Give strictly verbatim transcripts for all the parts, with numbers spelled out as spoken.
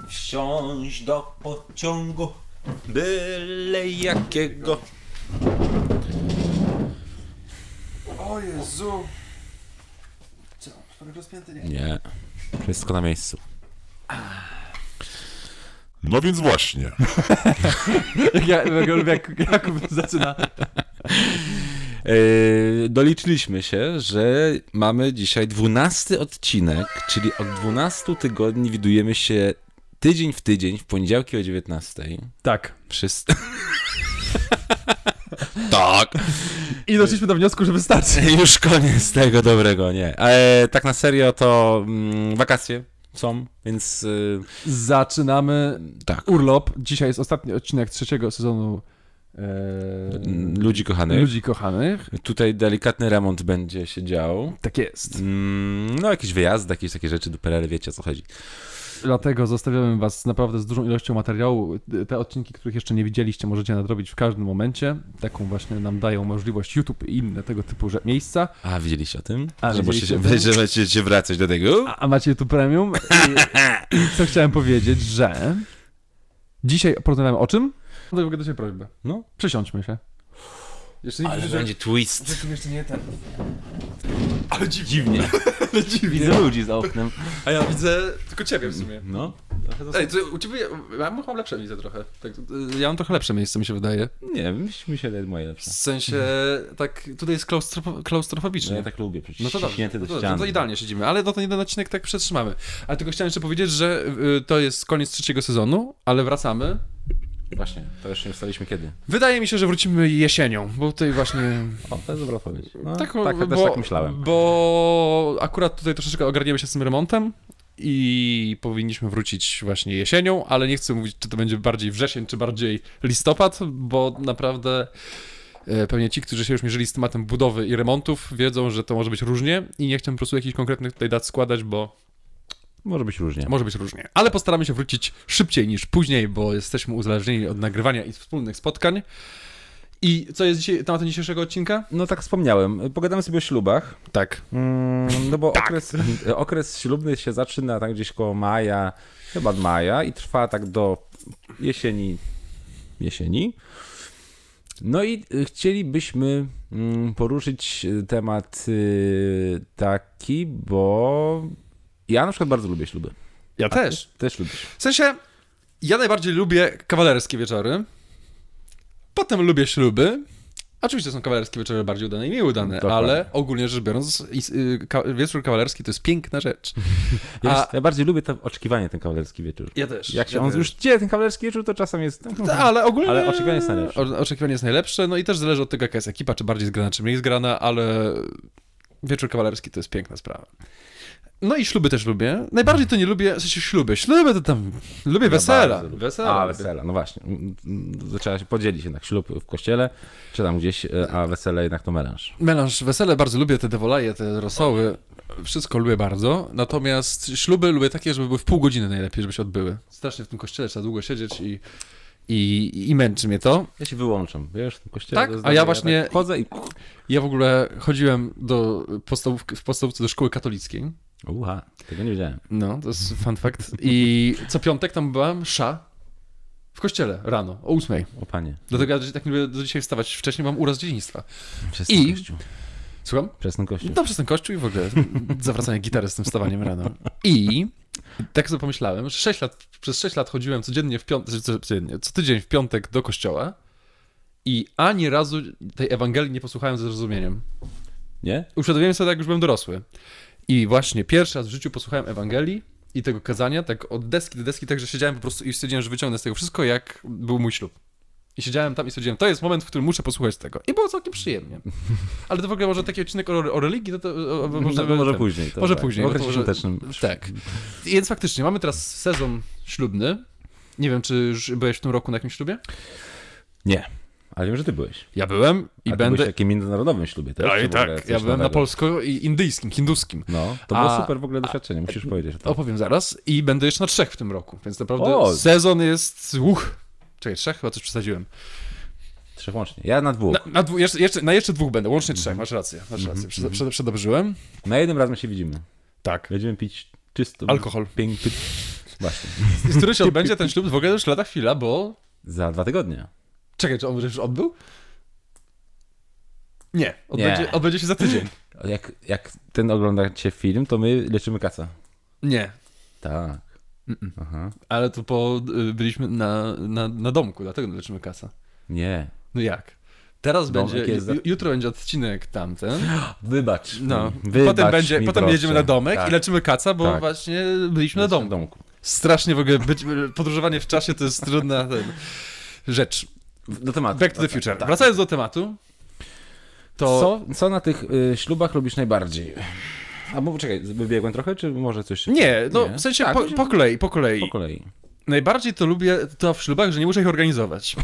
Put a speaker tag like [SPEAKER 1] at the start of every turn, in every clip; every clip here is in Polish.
[SPEAKER 1] Wsiąść do pociągu, byle jakiego.
[SPEAKER 2] O Jezu. Co? Szpanek rozpięty? Nie.
[SPEAKER 1] Nie, wszystko na miejscu.
[SPEAKER 3] No więc właśnie.
[SPEAKER 2] Ja, ja lubię, jak Jakub zaczyna.
[SPEAKER 1] Yy, doliczyliśmy się, że mamy dzisiaj dwunasty odcinek, czyli od dwunastu tygodni widujemy się tydzień w tydzień, w poniedziałki o dziewiętnastej.
[SPEAKER 2] Tak.
[SPEAKER 1] Wszyscy... tak.
[SPEAKER 2] I doszliśmy do wniosku, że wystarczy.
[SPEAKER 1] Już koniec tego dobrego, nie. E, tak na serio to mm, wakacje są, więc... Y...
[SPEAKER 2] Zaczynamy
[SPEAKER 1] tak.
[SPEAKER 2] urlop. Dzisiaj jest ostatni odcinek trzeciego sezonu e...
[SPEAKER 1] Ludzi Kochanych.
[SPEAKER 2] Ludzi Kochanych.
[SPEAKER 1] Tutaj delikatny remont będzie się dział.
[SPEAKER 2] Tak jest.
[SPEAKER 1] Mm, no jakieś wyjazdy, jakieś takie rzeczy do Perery, wiecie o co chodzi.
[SPEAKER 2] Dlatego zostawiamy was naprawdę z dużą ilością materiału. Te odcinki, których jeszcze nie widzieliście, możecie nadrobić w każdym momencie. Taką właśnie nam dają możliwość YouTube i inne tego typu że- miejsca.
[SPEAKER 1] A, widzieliście o tym?
[SPEAKER 2] A,
[SPEAKER 1] że
[SPEAKER 2] widzieliście
[SPEAKER 1] możecie,
[SPEAKER 2] o tym?
[SPEAKER 1] że będziecie wracać do tego?
[SPEAKER 2] A, a macie YouTube Premium. I, i co chciałem powiedzieć, że dzisiaj porozmawiamy o czym? No i w ogóle do ciebie prośbę.
[SPEAKER 1] No.
[SPEAKER 2] Przesiądźmy się. Jeszcze nie
[SPEAKER 1] Ale
[SPEAKER 2] widzę,
[SPEAKER 1] będzie twist.
[SPEAKER 2] że tu jeszcze nie ten. Ale dziwnie.
[SPEAKER 1] Dziwnie.
[SPEAKER 2] Ale dziwnie.
[SPEAKER 1] Widzę ludzi za oknem.
[SPEAKER 2] A ja widzę tylko ciebie w sumie.
[SPEAKER 1] No.
[SPEAKER 2] Ej, to u ciebie, ja mam lepsze miejsce trochę. Tak, ja mam trochę lepsze miejsce, mi się wydaje.
[SPEAKER 1] Nie wiem, mi się daje moje
[SPEAKER 2] W
[SPEAKER 1] lepsze.
[SPEAKER 2] sensie, tak, tutaj jest klaustrof- klaustrofobicznie.
[SPEAKER 1] No ja tak lubię, przecież
[SPEAKER 2] No to dobrze,
[SPEAKER 1] ściśnięty
[SPEAKER 2] no
[SPEAKER 1] do
[SPEAKER 2] to,
[SPEAKER 1] ściany.
[SPEAKER 2] no to idealnie siedzimy, ale no to jeden odcinek tak przetrzymamy. Ale tylko chciałem jeszcze powiedzieć, że y, to jest koniec trzeciego sezonu, ale wracamy.
[SPEAKER 1] Właśnie, to jeszcze nie ustaliliśmy kiedy.
[SPEAKER 2] Wydaje mi się, że wrócimy jesienią, bo tutaj właśnie...
[SPEAKER 1] O, to jest dobra odpowiedź. No,
[SPEAKER 2] tak,
[SPEAKER 1] tak,
[SPEAKER 2] bo,
[SPEAKER 1] też tak myślałem.
[SPEAKER 2] Bo akurat tutaj troszeczkę ogarniemy się z tym remontem i powinniśmy wrócić właśnie jesienią, ale nie chcę mówić, czy to będzie bardziej wrzesień, czy bardziej listopad, bo naprawdę e, pewnie ci, którzy się już mierzyli z tematem budowy i remontów, wiedzą, że to może być różnie i nie chcę po prostu jakichś konkretnych tutaj dat składać, bo
[SPEAKER 1] Może być różnie.
[SPEAKER 2] może być różnie. Ale postaramy się wrócić szybciej niż później, bo jesteśmy uzależnieni od nagrywania i wspólnych spotkań. I co jest dzisiaj tematem dzisiejszego odcinka?
[SPEAKER 1] No tak wspomniałem, pogadamy sobie o ślubach.
[SPEAKER 2] Tak.
[SPEAKER 1] Mm, no bo okres, okres ślubny się zaczyna tak gdzieś koło maja, chyba od maja i trwa tak do jesieni. Jesieni. No i chcielibyśmy mm, poruszyć temat y, taki, bo ja na przykład bardzo lubię śluby.
[SPEAKER 2] Ja też.
[SPEAKER 1] Też lubisz.
[SPEAKER 2] W sensie, ja najbardziej lubię kawalerskie wieczory, potem lubię śluby. Oczywiście są kawalerskie wieczory bardziej udane i mniej udane,
[SPEAKER 1] Dokładnie.
[SPEAKER 2] ale ogólnie rzecz biorąc, i- y, ka- wieczór kawalerski to jest piękna rzecz.
[SPEAKER 1] Ja,
[SPEAKER 2] A-
[SPEAKER 1] ja bardziej lubię to oczekiwanie, ten kawalerski wieczór.
[SPEAKER 2] Ja też.
[SPEAKER 1] Jak się
[SPEAKER 2] ja
[SPEAKER 1] on
[SPEAKER 2] też.
[SPEAKER 1] już dzieje, ten kawalerski wieczór, to czasem jest...
[SPEAKER 2] Ta, ale ogólnie...
[SPEAKER 1] Ale oczekiwanie jest najlepsze.
[SPEAKER 2] O, oczekiwanie jest najlepsze, no i też zależy od tego, jaka jest ekipa, czy bardziej zgrana, czy mniej zgrana, ale wieczór kawalerski to jest piękna sprawa. No i śluby też lubię. Najbardziej to nie lubię, w sensie śluby. Śluby to tam... Lubię wesela.
[SPEAKER 1] bardzo lubię.
[SPEAKER 2] Wesela.
[SPEAKER 1] A,
[SPEAKER 2] lubię.
[SPEAKER 1] wesela, no właśnie. Mm, mm, Trzeba się podzielić jednak ślub w kościele, czy tam gdzieś, e, a wesele jednak to melanż.
[SPEAKER 2] Melanż, wesele bardzo lubię, te dewolaje, te rosoły, wszystko lubię bardzo, natomiast śluby lubię takie, żeby były w pół godziny najlepiej, żeby się odbyły. Strasznie w tym kościele trzeba długo siedzieć i, i, i męczy mnie to.
[SPEAKER 1] Ja się wyłączam, wiesz, w tym kościele.
[SPEAKER 2] Tak?
[SPEAKER 1] to jest
[SPEAKER 2] A ja
[SPEAKER 1] takie,
[SPEAKER 2] właśnie-
[SPEAKER 1] tak chodzę i...
[SPEAKER 2] Ja w ogóle chodziłem do podstawówki, w podstawówce do szkoły katolickiej,
[SPEAKER 1] Uha, tego nie wiedziałem.
[SPEAKER 2] no, to jest fun fact, i co piątek tam była msza w kościele rano, o ósmej.
[SPEAKER 1] O panie.
[SPEAKER 2] Dlatego ja tak nie lubię do dzisiaj wstawać wcześniej, mam uraz dzieciństwa.
[SPEAKER 1] Przez
[SPEAKER 2] I-
[SPEAKER 1] ten kościół.
[SPEAKER 2] Słucham?
[SPEAKER 1] Przez ten kościół.
[SPEAKER 2] No przez ten kościół i w ogóle zawracanie gitary z tym wstawaniem rano. I tak sobie pomyślałem, że sześć lat, przez sześć lat chodziłem codziennie w piątek, co, codziennie, co tydzień w piątek do kościoła i ani razu tej Ewangelii nie posłuchałem ze zrozumieniem.
[SPEAKER 1] Nie?
[SPEAKER 2] Uświadomiłem sobie, jak już byłem dorosły. I właśnie pierwszy raz w życiu posłuchałem Ewangelii i tego kazania, tak od deski do deski, tak, że siedziałem po prostu i stwierdziłem, że wyciągnę z tego wszystko, jak był mój ślub. I siedziałem tam i stwierdziłem, to jest moment, w którym muszę posłuchać tego. I było całkiem przyjemnie. Ale to w ogóle może taki odcinek o, o religii, to, to o, o, może,
[SPEAKER 1] no, może
[SPEAKER 2] ten,
[SPEAKER 1] później. To
[SPEAKER 2] może
[SPEAKER 1] tak.
[SPEAKER 2] później.
[SPEAKER 1] W
[SPEAKER 2] bo to
[SPEAKER 1] okresie
[SPEAKER 2] może-
[SPEAKER 1] świątecznym.
[SPEAKER 2] Tak. Więc faktycznie, mamy teraz sezon ślubny. Nie wiem, czy już byłeś w tym roku na jakimś ślubie?
[SPEAKER 1] Nie. Ale wiem, że ty byłeś.
[SPEAKER 2] Ja byłem i
[SPEAKER 1] A ty
[SPEAKER 2] będę...
[SPEAKER 1] byłeś w takim międzynarodowym ślubie też?
[SPEAKER 2] Oj,
[SPEAKER 1] czy w ogóle
[SPEAKER 2] tak,
[SPEAKER 1] coś
[SPEAKER 2] ja byłem na
[SPEAKER 1] nowego?
[SPEAKER 2] polsko-indyjskim, hinduskim.
[SPEAKER 1] No, to było
[SPEAKER 2] A-
[SPEAKER 1] super w ogóle doświadczenie, musisz powiedzieć o tym.
[SPEAKER 2] Opowiem zaraz. I będę jeszcze na trzech w tym roku, więc naprawdę
[SPEAKER 1] O!
[SPEAKER 2] sezon jest... Uch. Czekaj, trzech? Chyba coś przesadziłem.
[SPEAKER 1] Trzech łącznie. Ja na dwóch.
[SPEAKER 2] Na,
[SPEAKER 1] Na,
[SPEAKER 2] na, dwu, jeszcze, jeszcze, na jeszcze dwóch będę, łącznie trzech, masz rację, masz rację,
[SPEAKER 1] Mhm,
[SPEAKER 2] Przed, przed, przedobrzyłem.
[SPEAKER 1] jednym razem się widzimy.
[SPEAKER 2] Tak.
[SPEAKER 1] Będziemy pić czysto.
[SPEAKER 2] Alkohol.
[SPEAKER 1] Piękny. Właśnie.
[SPEAKER 2] Z którym się odbędzie ten ślub w ogóle już lada chwila, bo...
[SPEAKER 1] Za dwa tygodnie.
[SPEAKER 2] Czekaj, czy on już odbył? Nie, odbędzie,
[SPEAKER 1] Nie.
[SPEAKER 2] odbędzie się za tydzień.
[SPEAKER 1] Jak, jak ten oglądacie film, to my leczymy kaca.
[SPEAKER 2] Nie,
[SPEAKER 1] Tak.
[SPEAKER 2] Mm-mm.
[SPEAKER 1] Aha.
[SPEAKER 2] ale to po... y, byliśmy na, na, na domku, dlatego leczymy kasa.
[SPEAKER 1] Nie.
[SPEAKER 2] No jak? Teraz
[SPEAKER 1] Domek
[SPEAKER 2] będzie,
[SPEAKER 1] jest za-
[SPEAKER 2] ju- jutro będzie odcinek tamten,
[SPEAKER 1] Wybacz.
[SPEAKER 2] no,
[SPEAKER 1] Wybacz
[SPEAKER 2] potem, będzie,
[SPEAKER 1] mi
[SPEAKER 2] potem
[SPEAKER 1] proszę.
[SPEAKER 2] jedziemy na domek
[SPEAKER 1] Tak.
[SPEAKER 2] i leczymy kaca, bo
[SPEAKER 1] Tak.
[SPEAKER 2] właśnie byliśmy na
[SPEAKER 1] Leczymy
[SPEAKER 2] domku.
[SPEAKER 1] w domku.
[SPEAKER 2] Strasznie w ogóle być, podróżowanie w czasie to jest trudna ten, rzecz.
[SPEAKER 1] Do tematu.
[SPEAKER 2] Back to the
[SPEAKER 1] Tak,
[SPEAKER 2] future.
[SPEAKER 1] tak.
[SPEAKER 2] Wracając do tematu, to...
[SPEAKER 1] Co, co na tych y, ślubach lubisz najbardziej? A bo czekaj, wybiegłem trochę, czy może coś...
[SPEAKER 2] Nie, no
[SPEAKER 1] Nie?
[SPEAKER 2] w sensie
[SPEAKER 1] Tak,
[SPEAKER 2] po,
[SPEAKER 1] będzie-
[SPEAKER 2] po kolei, po kolei.
[SPEAKER 1] Po kolei.
[SPEAKER 2] Najbardziej to lubię to w ślubach, że nie muszę ich organizować.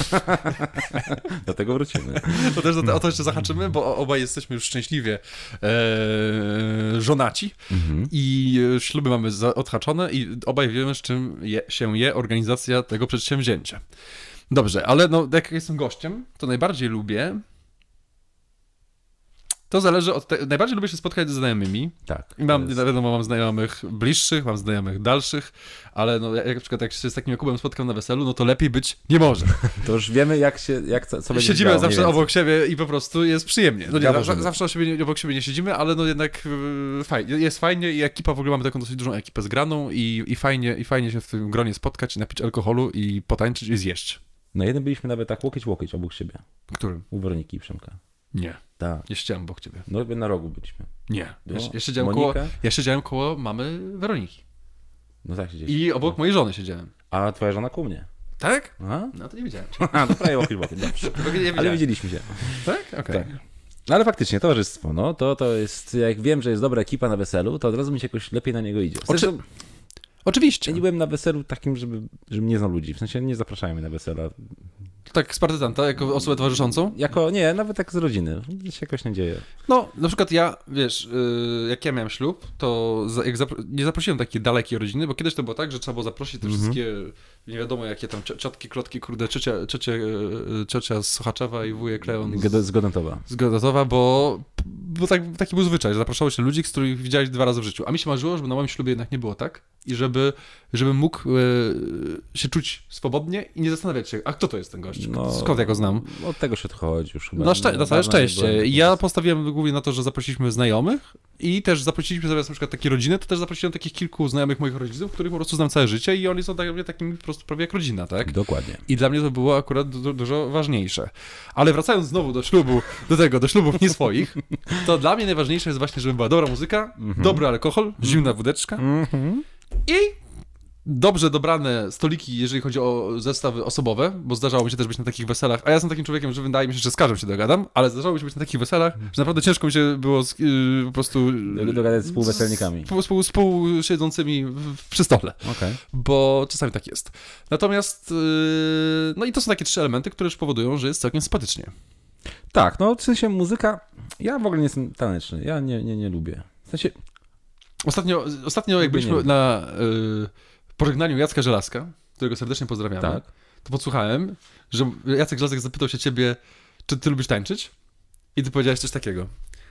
[SPEAKER 1] Do tego wrócimy.
[SPEAKER 2] To też o to- o to jeszcze zahaczymy, bo obaj jesteśmy już szczęśliwie e, żonaci
[SPEAKER 1] Mhm.
[SPEAKER 2] i e, śluby mamy za, odhaczone i obaj wiemy, z czym je, się je organizacja tego przedsięwzięcia. Dobrze, ale no, jak jestem gościem, to najbardziej lubię... To zależy od tego... Najbardziej lubię się spotkać ze znajomymi.
[SPEAKER 1] Tak.
[SPEAKER 2] I mam,
[SPEAKER 1] to jest-
[SPEAKER 2] wiadomo, mam znajomych bliższych, mam znajomych dalszych, ale no, jak na przykład jak się z takim Jakubem spotkam na weselu, no to lepiej być nie może.
[SPEAKER 1] To już wiemy, jak się, jak co, co będzie
[SPEAKER 2] Siedzimy
[SPEAKER 1] działo,
[SPEAKER 2] zawsze
[SPEAKER 1] mniej więcej.
[SPEAKER 2] obok siebie i po prostu jest przyjemnie. No nie,
[SPEAKER 1] Brawo,
[SPEAKER 2] zawsze,
[SPEAKER 1] żeby.
[SPEAKER 2] zawsze siebie, obok siebie nie siedzimy, ale no jednak yy, fajnie, jest fajnie i ekipa, w ogóle mamy taką dosyć dużą ekipę zgraną i, i, fajnie, i fajnie się w tym gronie spotkać i napić alkoholu i potańczyć i zjeść.
[SPEAKER 1] Na jednym byliśmy nawet tak łokieć łokieć obok siebie.
[SPEAKER 2] Którym?
[SPEAKER 1] U Weroniki i Przemka.
[SPEAKER 2] Nie.
[SPEAKER 1] Tak.
[SPEAKER 2] Nie siedziałem obok ciebie.
[SPEAKER 1] No na rogu byliśmy.
[SPEAKER 2] Nie. Ja,
[SPEAKER 1] No,
[SPEAKER 2] ja, siedziałem koło,
[SPEAKER 1] Monikę?
[SPEAKER 2] ja siedziałem koło mamy Weroniki.
[SPEAKER 1] No tak siedzieliśmy.
[SPEAKER 2] I obok mojej żony siedziałem.
[SPEAKER 1] A twoja żona ku mnie.
[SPEAKER 2] Tak?
[SPEAKER 1] A?
[SPEAKER 2] No to nie wiedziałem.
[SPEAKER 1] A, to prawie łokieć łokieć, dobrze.
[SPEAKER 2] Nie wiedziałem.
[SPEAKER 1] Ale widzieliśmy się.
[SPEAKER 2] Tak? Okej.
[SPEAKER 1] Tak. No ale faktycznie, towarzystwo, no to, to jest, jak wiem, że jest dobra ekipa na weselu, to od razu mi się jakoś lepiej na niego idzie. Zresztą,
[SPEAKER 2] Oczywiście.
[SPEAKER 1] ja nie byłem na weselu takim, żeby, żebym nie znał ludzi. W sensie nie zapraszają mnie na wesela.
[SPEAKER 2] Tak z partyzanta, jako osobę towarzyszącą?
[SPEAKER 1] Jako, nie, nawet tak z rodziny. Nic się jakoś nie dzieje.
[SPEAKER 2] No, na przykład ja, wiesz, yy, jak ja miałem ślub, to za, jak zapro- nie zaprosiłem takiej dalekiej rodziny, bo kiedyś to było tak, że trzeba było zaprosić te wszystkie, nie wiadomo jakie tam cio- ciotki, klotki, kurde, ciocia, ciocia, yy, ciocia z Sochaczewa i wujek Leon z,
[SPEAKER 1] Gd- Z Godentowa.
[SPEAKER 2] z Godotowa, bo, bo tak, taki był zwyczaj, że zapraszało się ludzi, z których widziałeś dwa razy w życiu. A mi się marzyło, żeby na moim ślubie jednak nie było tak i żeby, żeby mógł yy, się czuć swobodnie i nie zastanawiać się, a kto to jest ten gość,
[SPEAKER 1] No,
[SPEAKER 2] skąd ja go znam.
[SPEAKER 1] Od tego się odchodzi już chyba.
[SPEAKER 2] Na, szczę- na całe
[SPEAKER 1] Dawno nie
[SPEAKER 2] szczęście.
[SPEAKER 1] byłem.
[SPEAKER 2] Ja postawiłem głównie na to, że zaprosiliśmy znajomych i też zaprosiliśmy zamiast na przykład takiej rodziny, to też zaprosiłem takich kilku znajomych moich rodziców, których po prostu znam całe życie i oni są dla mnie takimi po prostu prawie jak rodzina, tak?
[SPEAKER 1] Dokładnie.
[SPEAKER 2] I dla mnie to było akurat du- dużo ważniejsze. Ale wracając znowu do ślubu, do tego, do ślubów nie swoich, to dla mnie najważniejsze jest właśnie, żeby była dobra muzyka, dobry alkohol, zimna wódeczka
[SPEAKER 1] Mhm.
[SPEAKER 2] i dobrze dobrane stoliki, jeżeli chodzi o zestawy osobowe, bo zdarzało mi się też być na takich weselach, a ja jestem takim człowiekiem, że wydaje mi się, że z każdym się dogadam, ale zdarzało mi się być na takich weselach, że naprawdę ciężko mi się było z, yy, po prostu...
[SPEAKER 1] Do- Dogadać z współweselnikami.
[SPEAKER 2] Z, współ, współsiedzącymi w- przy stole,
[SPEAKER 1] Okej.
[SPEAKER 2] bo czasami tak jest. Natomiast, yy, no i to są takie trzy elementy, które już powodują, że jest całkiem sympatycznie.
[SPEAKER 1] Tak, no w sensie muzyka, ja w ogóle nie jestem taneczny, ja nie, nie, nie lubię. W sensie,
[SPEAKER 2] Ostatnio, ostatnio jak
[SPEAKER 1] Lubię
[SPEAKER 2] byliśmy
[SPEAKER 1] nie.
[SPEAKER 2] na yy, pożegnaniu Jacka Żelazka, którego serdecznie pozdrawiamy,
[SPEAKER 1] tak,
[SPEAKER 2] to podsłuchałem, że Jacek Żelazek zapytał się ciebie, czy ty lubisz tańczyć? I ty powiedziałeś coś takiego.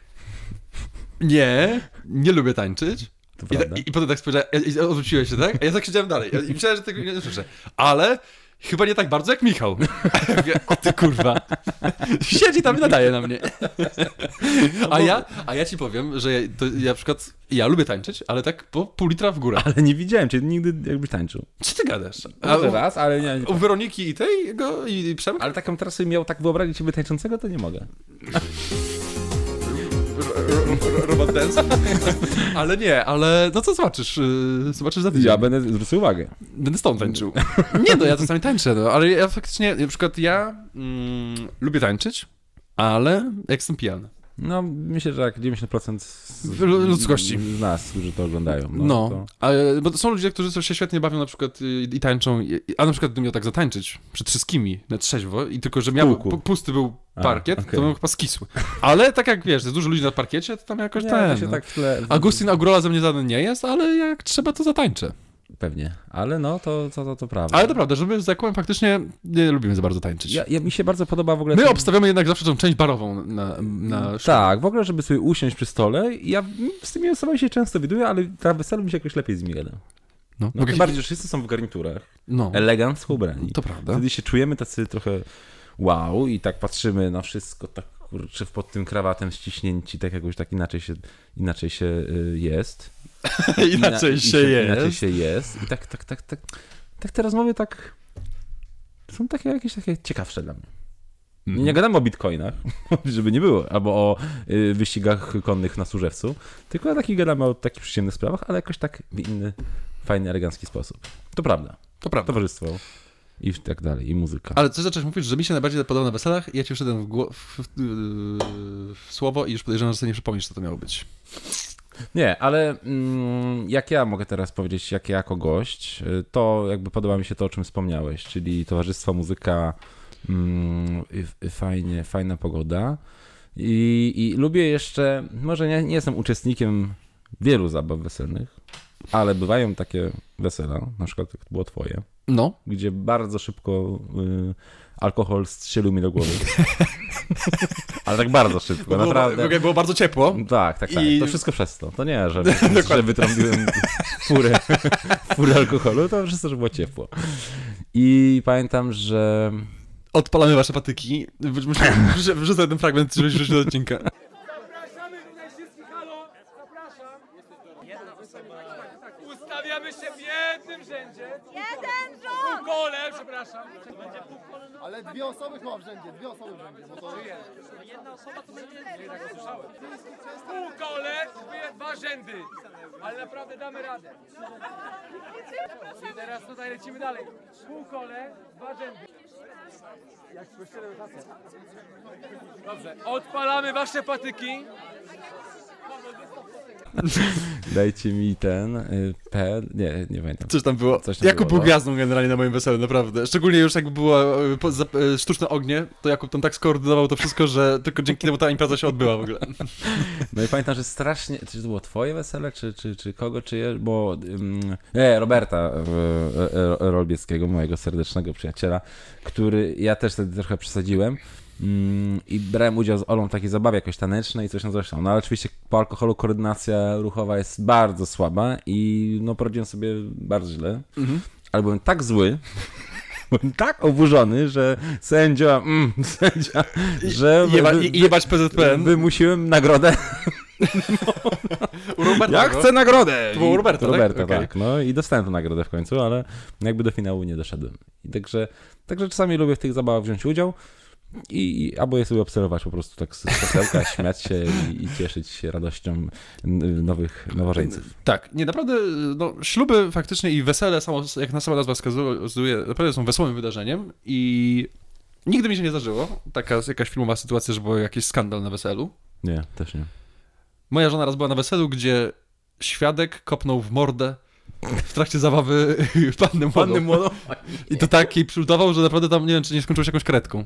[SPEAKER 2] Nie, nie lubię tańczyć.
[SPEAKER 1] to
[SPEAKER 2] I, ta,
[SPEAKER 1] prawda.
[SPEAKER 2] i, I potem tak spojrzałem, i i odwróciłeś się, tak? A ja tak siedziałem dalej. I myślałem, że tego nie słyszę. Ale chyba nie tak bardzo jak Michał. A ja mówię, o ty kurwa. Siedzi tam i nadaje na mnie. A ja, a ja ci powiem, że ja, to ja na przykład, ja lubię tańczyć, ale tak po pół litra w górę.
[SPEAKER 1] Ale nie widziałem cię nigdy, jakbyś tańczył.
[SPEAKER 2] Co ty gadasz? A
[SPEAKER 1] Może
[SPEAKER 2] u,
[SPEAKER 1] raz, ale nie.
[SPEAKER 2] u Weroniki i tej, jego, i, i Przemka?
[SPEAKER 1] Ale taką teraz sobie miał tak wyobrazić siebie tańczącego, to nie mogę.
[SPEAKER 2] Robot dance? Ale nie, ale no co zobaczysz? Yy, Zobaczysz za tydzień.
[SPEAKER 1] Ja będę zwrócił uwagę.
[SPEAKER 2] Będę z tą tańczył. Nie no, ja czasami tańczę, no, ale ja faktycznie, na przykład ja mm, lubię tańczyć, ale jak jestem pijany.
[SPEAKER 1] No, myślę, że jak dziewięćdziesiąt procent z,
[SPEAKER 2] Lu- ludzkości.
[SPEAKER 1] z nas, którzy to oglądają. No,
[SPEAKER 2] No,
[SPEAKER 1] To...
[SPEAKER 2] ale, bo to są ludzie, którzy się świetnie bawią na przykład i, i tańczą, i, a na przykład gdybym miał tak zatańczyć przed wszystkimi na trzeźwo i tylko, że miał,
[SPEAKER 1] kółku.
[SPEAKER 2] pu- pusty był
[SPEAKER 1] A,
[SPEAKER 2] parkiet,
[SPEAKER 1] okej.
[SPEAKER 2] to bym chyba skisł. Ale tak jak wiesz, jest dużo ludzi na parkiecie, to tam jakoś
[SPEAKER 1] Nie,
[SPEAKER 2] ten...
[SPEAKER 1] to się
[SPEAKER 2] no.
[SPEAKER 1] tak w tle...
[SPEAKER 2] Agustin Aurola ze mnie żaden nie jest, ale jak trzeba, to zatańczę.
[SPEAKER 1] Pewnie, ale no, to, to, to, to prawda.
[SPEAKER 2] Ale to prawda, że my z Jakubem faktycznie nie lubimy za bardzo tańczyć.
[SPEAKER 1] Ja, ja, mi się bardzo podoba w ogóle...
[SPEAKER 2] My
[SPEAKER 1] ten-
[SPEAKER 2] obstawiamy jednak zawsze tą część barową na, na
[SPEAKER 1] Tak, w ogóle, żeby sobie usiąść przy stole. Ja z tymi osobami się często widuję, ale na weselu mi się jakoś lepiej z nimi gada.
[SPEAKER 2] No,
[SPEAKER 1] No, tym bardziej, że wszyscy są w garniturach,
[SPEAKER 2] no.
[SPEAKER 1] elegancko ubrani.
[SPEAKER 2] To prawda.
[SPEAKER 1] Wtedy się czujemy tacy trochę wow i tak patrzymy na wszystko, tak kurczę, pod tym krawatem ściśnięci, tak jakoś tak inaczej się, inaczej się y, jest.
[SPEAKER 2] Inaczej
[SPEAKER 1] Ina-
[SPEAKER 2] się
[SPEAKER 1] i
[SPEAKER 2] jest.
[SPEAKER 1] Inaczej się jest. I tak, tak, tak, tak, tak te rozmowy tak są takie jakieś takie ciekawsze dla mnie.
[SPEAKER 2] Mhm.
[SPEAKER 1] Nie gadamy o bitcoinach, żeby nie było, albo o y, wyścigach konnych na Służewcu, tylko takich gadamy o takich przyziemnych sprawach, ale jakoś tak w inny, fajny, elegancki sposób. To prawda.
[SPEAKER 2] To prawda.
[SPEAKER 1] Towarzystwo i tak dalej, i muzyka.
[SPEAKER 2] Ale coś zacząłeś mówić, że mi się najbardziej podoba na weselach i ja ci wszedłem w, gło- w, w, w słowo i już podejrzewam, że sobie nie przypomnisz, co to miało być.
[SPEAKER 1] Nie, ale mm, jak ja mogę teraz powiedzieć, jak ja jako gość, y, to jakby podoba mi się to, o czym wspomniałeś, czyli towarzystwo, muzyka, mm, y, y, fajnie, fajna pogoda i, i lubię jeszcze, może nie, nie jestem uczestnikiem wielu zabaw weselnych, ale bywają takie wesela, na przykład jak było twoje,
[SPEAKER 2] No.
[SPEAKER 1] gdzie bardzo szybko y, alkohol strzelił mi do głowy. Ale tak bardzo szybko,
[SPEAKER 2] Było,
[SPEAKER 1] naprawdę.
[SPEAKER 2] było, było bardzo ciepło.
[SPEAKER 1] Tak, tak, tak.
[SPEAKER 2] I-
[SPEAKER 1] To wszystko przez to. To nie, że, że wytrąbiłem furę, furę alkoholu, to wszystko, że było ciepło. I pamiętam, że...
[SPEAKER 2] Odpalamy wasze patyki. Wrzucę, wrzucę ten fragment, żebyś wrzucił do odcinka.
[SPEAKER 4] Zapraszamy tutaj wszystkich, halo! Zapraszam! Ustawiamy się w jednym rzędzie.
[SPEAKER 5] Jeden rząd!
[SPEAKER 4] Pół kole, przepraszam.
[SPEAKER 6] Ale dwie osoby chyba w rzędzie, dwie osoby w rzędzie, bo to...
[SPEAKER 4] Pół kole, wy- dwa rzędy. Ale naprawdę damy radę. I teraz tutaj lecimy dalej. Pół kole, dwa rzędy. Jak w kościele rotacja. Dobrze, odpalamy wasze patyki.
[SPEAKER 1] Dajcie mi ten... y, P... Nie, nie pamiętam.
[SPEAKER 2] Coś tam było.
[SPEAKER 1] Coś tam
[SPEAKER 2] Jakub
[SPEAKER 1] było,
[SPEAKER 2] był
[SPEAKER 1] no.
[SPEAKER 2] gwiazdą generalnie na moim weselu, naprawdę. Szczególnie już jak było e, po, za, e, sztuczne ognie, to Jakub tam tak skoordynował to wszystko, że tylko dzięki temu ta impreza się odbyła w ogóle.
[SPEAKER 1] No i pamiętam, że strasznie... Czy to było twoje wesele, czy, czy, czy kogo, czy je? Bo... ym, Nie, Roberta y, y, y, Rolbieckiego, mojego serdecznego przyjaciela, który... Ja też wtedy trochę przesadziłem. Mm, I brałem udział z Olą w takiej zabawie jakoś tanecznej i coś tam zresztą. No ale oczywiście po alkoholu koordynacja ruchowa jest bardzo słaba i no poradziłem sobie bardzo źle.
[SPEAKER 2] Mhm.
[SPEAKER 1] Ale byłem tak zły, byłem tak oburzony, że sędzia, mm, sędzia, że
[SPEAKER 2] I, jeba,
[SPEAKER 1] wy-
[SPEAKER 2] i, i jebać P Z P N.
[SPEAKER 1] wymusiłem nagrodę.
[SPEAKER 2] U Roberta,
[SPEAKER 1] Ja
[SPEAKER 2] no.
[SPEAKER 1] chcę nagrodę!
[SPEAKER 2] To było u Roberta, tak?
[SPEAKER 1] Roberta,
[SPEAKER 2] Okej.
[SPEAKER 1] tak. No i dostałem tę nagrodę w końcu, ale jakby do finału nie doszedłem. I także, także czasami lubię w tych zabawach wziąć udział. I, i albo je sobie obserwować po prostu tak z krzesełka, śmiać się i, i cieszyć się radością n- nowych nowożeńców.
[SPEAKER 2] Tak, nie, naprawdę, no, śluby faktycznie i wesele, samo, jak na sama nazwa wskazuje, naprawdę są wesołym wydarzeniem i nigdy mi się nie zdarzyło taka jakaś filmowa sytuacja, że był jakiś skandal na weselu.
[SPEAKER 1] Nie, też nie.
[SPEAKER 2] Moja żona raz była na weselu, gdzie świadek kopnął w mordę w trakcie zabawy pannę młodą.
[SPEAKER 1] młodą?
[SPEAKER 2] I to tak jej przylutował, że naprawdę tam, nie wiem, czy nie skończyło się jakąś karetką.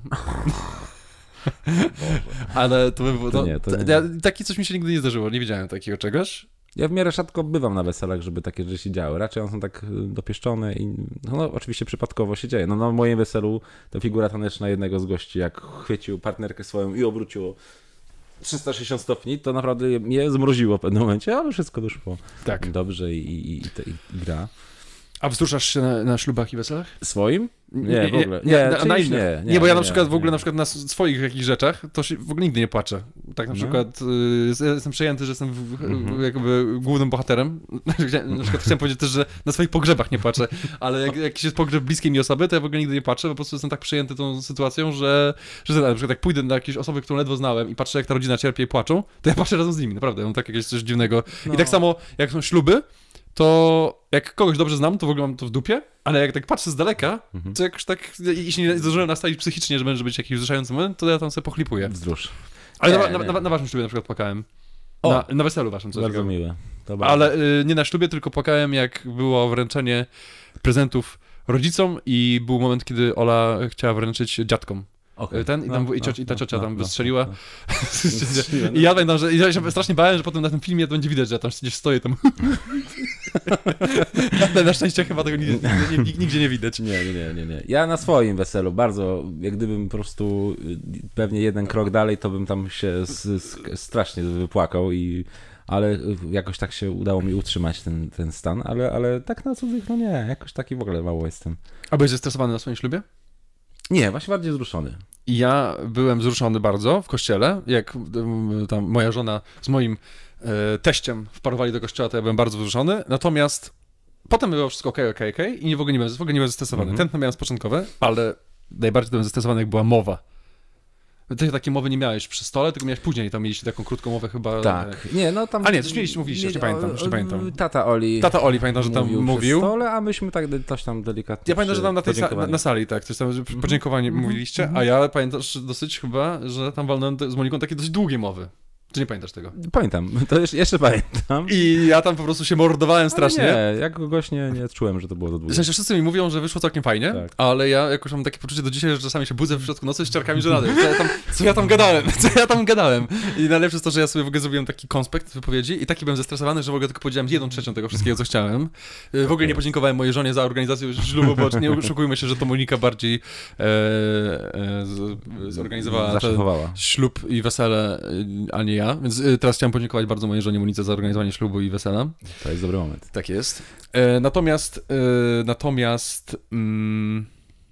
[SPEAKER 2] Ale to by było...
[SPEAKER 1] To
[SPEAKER 2] no,
[SPEAKER 1] nie, to
[SPEAKER 2] t-
[SPEAKER 1] nie.
[SPEAKER 2] ja, takie coś mi się nigdy nie zdarzyło, nie wiedziałem takiego czegoś.
[SPEAKER 1] Ja w miarę rzadko bywam na weselach, żeby takie rzeczy się działy. Raczej one są tak y, dopieszczone i no, no oczywiście przypadkowo się dzieje. No na moim weselu to figura taneczna jednego z gości, jak chwycił partnerkę swoją i obrócił o trzysta sześćdziesiąt stopni, to naprawdę mnie zmroziło w pewnym momencie, ale wszystko wyszło
[SPEAKER 2] Tak.
[SPEAKER 1] dobrze i, i, i, i, i gra.
[SPEAKER 2] A wzruszasz się na, na ślubach i weselach?
[SPEAKER 1] Swoim? Nie, w ogóle. Nie,
[SPEAKER 2] Nie, na,
[SPEAKER 1] czyimś
[SPEAKER 2] na
[SPEAKER 1] nie,
[SPEAKER 2] innych.
[SPEAKER 1] nie,
[SPEAKER 2] nie, bo ja na
[SPEAKER 1] nie,
[SPEAKER 2] przykład w ogóle
[SPEAKER 1] nie.
[SPEAKER 2] na przykład na s- swoich jakichś rzeczach to się w ogóle nigdy nie płaczę. Tak na
[SPEAKER 1] No.
[SPEAKER 2] przykład y, ja jestem przejęty, że jestem w,
[SPEAKER 1] Mhm.
[SPEAKER 2] jakby głównym bohaterem. Na przykład chciałem powiedzieć też, że na swoich pogrzebach nie płaczę, ale jak jakiś jest pogrzeb bliskiej mi osoby, to ja w ogóle nigdy nie płaczę, bo po prostu jestem tak przejęty tą sytuacją, że, że na przykład jak pójdę na jakieś osoby, które ledwo znałem i patrzę jak ta rodzina cierpi i płaczą, to ja patrzę razem z nimi, naprawdę. Mam tak jakieś coś dziwnego.
[SPEAKER 1] No.
[SPEAKER 2] I tak samo jak są śluby, to jak kogoś dobrze znam, to w ogóle mam to w dupie, ale jak tak patrzę z daleka,
[SPEAKER 1] Mhm.
[SPEAKER 2] to jakoś tak, jeśli nie zdążyłem nastawić psychicznie, że będzie być jakiś wzruszający moment, to ja tam sobie pochlipuję.
[SPEAKER 1] Wzdłuż.
[SPEAKER 2] Ale
[SPEAKER 1] Nie,
[SPEAKER 2] na, na,
[SPEAKER 1] nie.
[SPEAKER 2] na, na waszym ślubie na przykład płakałem.
[SPEAKER 1] O!
[SPEAKER 2] Na, na weselu waszym coś
[SPEAKER 1] Bardzo
[SPEAKER 2] takiego.
[SPEAKER 1] miłe. To bardzo.
[SPEAKER 2] Ale y, nie na ślubie, tylko płakałem jak było wręczenie prezentów rodzicom i był moment, kiedy Ola chciała wręczyć dziadkom.
[SPEAKER 1] Okej.
[SPEAKER 2] Ten i, tam,
[SPEAKER 1] No,
[SPEAKER 2] i, cioci, i ta
[SPEAKER 1] no,
[SPEAKER 2] ciocia
[SPEAKER 1] no,
[SPEAKER 2] tam
[SPEAKER 1] no,
[SPEAKER 2] wystrzeliła.
[SPEAKER 1] no, Wystrzeliła, no.
[SPEAKER 2] I ja pamiętam, że i ja się strasznie bałem, że potem na tym filmie to będzie widać, że ja tam gdzieś stoję tam. Ale na szczęście chyba tego nigdzie, nie, nie, nigdzie nie widać.
[SPEAKER 1] Nie, nie, nie, nie, nie. Ja na swoim weselu bardzo, jak gdybym po prostu y, pewnie jeden krok dalej, to bym tam się s, s, strasznie wypłakał i ale y, jakoś tak się udało mi utrzymać ten, ten stan, ale, ale tak na cudzych, no nie, jakoś taki w ogóle mało jestem.
[SPEAKER 2] A byłeś zestresowany na swoim ślubie?
[SPEAKER 1] Nie, właśnie bardziej wzruszony.
[SPEAKER 2] Ja byłem wzruszony bardzo w kościele, jak um, tam moja żona z moim e, teściem wparowali do kościoła, to ja byłem bardzo wzruszony, natomiast potem było wszystko okej, okej, okej i nie, w ogóle nie byłem, w ogóle nie byłem zestresowany.
[SPEAKER 1] Mhm.
[SPEAKER 2] Tętno miałem początkowe, ale najbardziej byłem zestresowany, jak była mowa. Ty takiej mowy nie miałeś przy stole, tylko miałeś później, tam mieliście taką krótką mowę chyba.
[SPEAKER 1] Tak, nie, no tam...
[SPEAKER 2] A nie, coś mieliście, mówiliście, już nie pamiętam, już nie pamiętam.
[SPEAKER 1] Tata Oli
[SPEAKER 2] Tata Oli, pamiętam, że tam
[SPEAKER 1] mówił,
[SPEAKER 2] mówił.
[SPEAKER 1] przy stole, a myśmy tak de- coś tam delikatnie
[SPEAKER 2] Ja pamiętam, że tam na tej sa- na,
[SPEAKER 1] podziękowali.
[SPEAKER 2] na sali, tak, coś tam że podziękowanie mówiliście, a ja pamiętasz dosyć chyba, że tam walnąłem te- z Moniką takie dość długie mowy. Czy nie pamiętasz tego?
[SPEAKER 1] Pamiętam, to jeszcze, jeszcze pamiętam.
[SPEAKER 2] I ja tam po prostu się mordowałem strasznie.
[SPEAKER 1] Ale nie, jak kogoś nie, nie czułem, że to było za
[SPEAKER 2] W
[SPEAKER 1] długo.
[SPEAKER 2] sensie wszyscy mi mówią, że wyszło całkiem fajnie,
[SPEAKER 1] Tak.
[SPEAKER 2] ale ja jakoś mam takie poczucie do dzisiaj, że czasami się budzę w środku nocy z ciarkami żenady. Co ja tam, co ja tam gadałem? Co ja tam gadałem? I najlepsze jest to, że ja sobie w ogóle zrobiłem taki konspekt wypowiedzi i taki byłem zestresowany, że w ogle tylko powiedziałem jedną trzecią tego wszystkiego, co chciałem. W ogóle nie podziękowałem mojej żonie za organizację ślubu, bo nie oszukujmy się, że to Monika bardziej e, e, z, zorganizowała ten
[SPEAKER 1] Zaszefowała.
[SPEAKER 2] ślub i wesele, a nie ja. Więc e, teraz chciałem podziękować bardzo mojej żonie Monice za organizowanie ślubu i wesela.
[SPEAKER 1] To jest dobry moment.
[SPEAKER 2] Tak jest. E, natomiast, e, natomiast mm,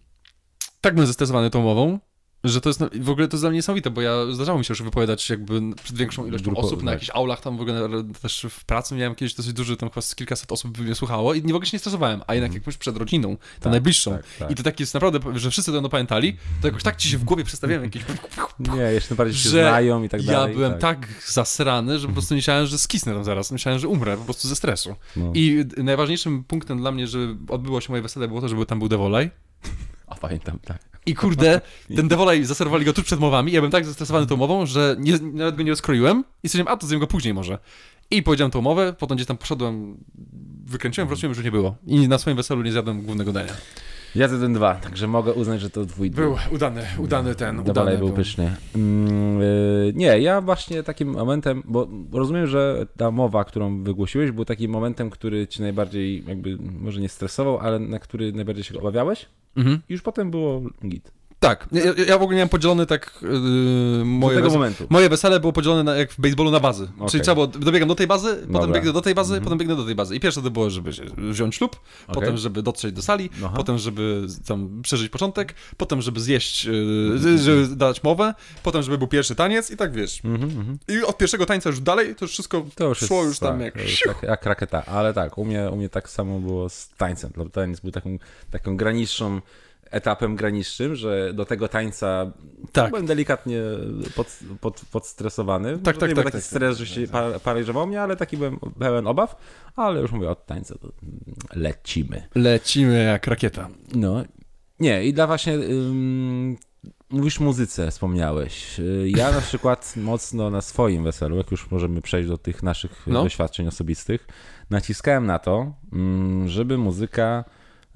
[SPEAKER 2] tak byłem zestresowany tą mową, że to jest na- w ogóle to jest dla mnie niesamowite, bo ja zdarzało mi się już wypowiadać jakby przed większą ilością
[SPEAKER 1] Grupo-
[SPEAKER 2] osób na
[SPEAKER 1] tak.
[SPEAKER 2] jakichś aulach, tam w ogóle na- też w pracy miałem kiedyś dosyć duży, tam chyba z kilkaset osób mnie słuchało i nie w ogóle się nie stresowałem, a jednak jak już przed rodziną, tą
[SPEAKER 1] Tak,
[SPEAKER 2] najbliższą
[SPEAKER 1] tak, tak.
[SPEAKER 2] i to tak jest naprawdę, że wszyscy to będą pamiętali, to jakoś tak ci się w głowie przedstawiałem jakieś,
[SPEAKER 1] Nie, jeszcze bardziej się
[SPEAKER 2] że
[SPEAKER 1] znają i tak
[SPEAKER 2] ja
[SPEAKER 1] dalej.
[SPEAKER 2] byłem tak. zasrany, że po prostu myślałem, że skisnę tam zaraz, myślałem, że umrę po prostu ze stresu.
[SPEAKER 1] No.
[SPEAKER 2] I najważniejszym punktem dla mnie, że odbyło się moje wesele, było to, żeby tam był Devolaj.
[SPEAKER 1] A pamiętam, tak.
[SPEAKER 2] I kurde, ten Devolaj zaserwowali go tuż przed mowami i ja byłem tak zestresowany tą mową, że nie, nawet go nie rozkroiłem i stwierdziłem, a to zjem go później może. I powiedziałem tą mowę, potem gdzieś tam poszedłem, wykręciłem, wróciłem, już nie było. I na swoim weselu nie zjadłem głównego dania.
[SPEAKER 1] Ja jeden dwa, także mogę uznać, że to twój
[SPEAKER 2] Był udany, udany ten, udany
[SPEAKER 1] Dalej był pyszny. Mm, yy, nie, ja właśnie takim momentem, bo rozumiem, że ta mowa, którą wygłosiłeś, był takim momentem, który ci najbardziej jakby, może nie stresował, ale na który najbardziej się obawiałeś
[SPEAKER 2] Mhm.
[SPEAKER 1] i już potem było git.
[SPEAKER 2] Tak, ja, ja w ogóle miałem podzielony tak yy, moje,
[SPEAKER 1] Do tego
[SPEAKER 2] wes-
[SPEAKER 1] momentu.
[SPEAKER 2] moje wesele było podzielone na, jak w baseballu na bazy.
[SPEAKER 1] Okej.
[SPEAKER 2] Czyli trzeba było, dobiegam do tej bazy, potem
[SPEAKER 1] Dobra.
[SPEAKER 2] biegnę do tej bazy,
[SPEAKER 1] Mhm.
[SPEAKER 2] potem biegnę do tej bazy. I pierwsze to było, żeby się wziąć ślub,
[SPEAKER 1] Okej.
[SPEAKER 2] potem żeby dotrzeć do sali,
[SPEAKER 1] Aha.
[SPEAKER 2] potem żeby tam przeżyć początek, potem żeby zjeść, yy, żeby dać mowę, potem żeby był pierwszy taniec i tak wiesz.
[SPEAKER 1] Mhm, mhm.
[SPEAKER 2] I od pierwszego tańca już dalej, to już wszystko
[SPEAKER 1] To już
[SPEAKER 2] szło
[SPEAKER 1] jest,
[SPEAKER 2] już tam
[SPEAKER 1] tak,
[SPEAKER 2] jak...
[SPEAKER 1] to już tak, jak rakieta, ale tak, u mnie, u mnie tak samo było z tańcem. Taniec był taką, taką graniczną etapem granicznym, że do tego tańca
[SPEAKER 2] Tak.
[SPEAKER 1] byłem delikatnie pod, pod, podstresowany.
[SPEAKER 2] Tak,
[SPEAKER 1] Może
[SPEAKER 2] tak,
[SPEAKER 1] nie
[SPEAKER 2] tak,
[SPEAKER 1] był taki
[SPEAKER 2] tak,
[SPEAKER 1] stres, że się par, paraliżował mnie, ale taki byłem pełen obaw, ale już mówię, od tańca to lecimy.
[SPEAKER 2] Lecimy jak rakieta.
[SPEAKER 1] No, nie, i dla właśnie, ym, mówisz muzyce, wspomniałeś. Y, Ja na przykład mocno na swoim weselu, jak już możemy przejść do tych naszych
[SPEAKER 2] No.
[SPEAKER 1] doświadczeń osobistych, naciskałem na to, ym, żeby muzyka,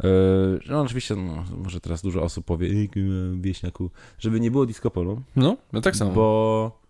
[SPEAKER 1] y, no oczywiście, no, może teraz dużo osób powie, "Ej, kurwa, wieśniaku, żeby nie było disco polo,
[SPEAKER 2] No, no tak samo.
[SPEAKER 1] bo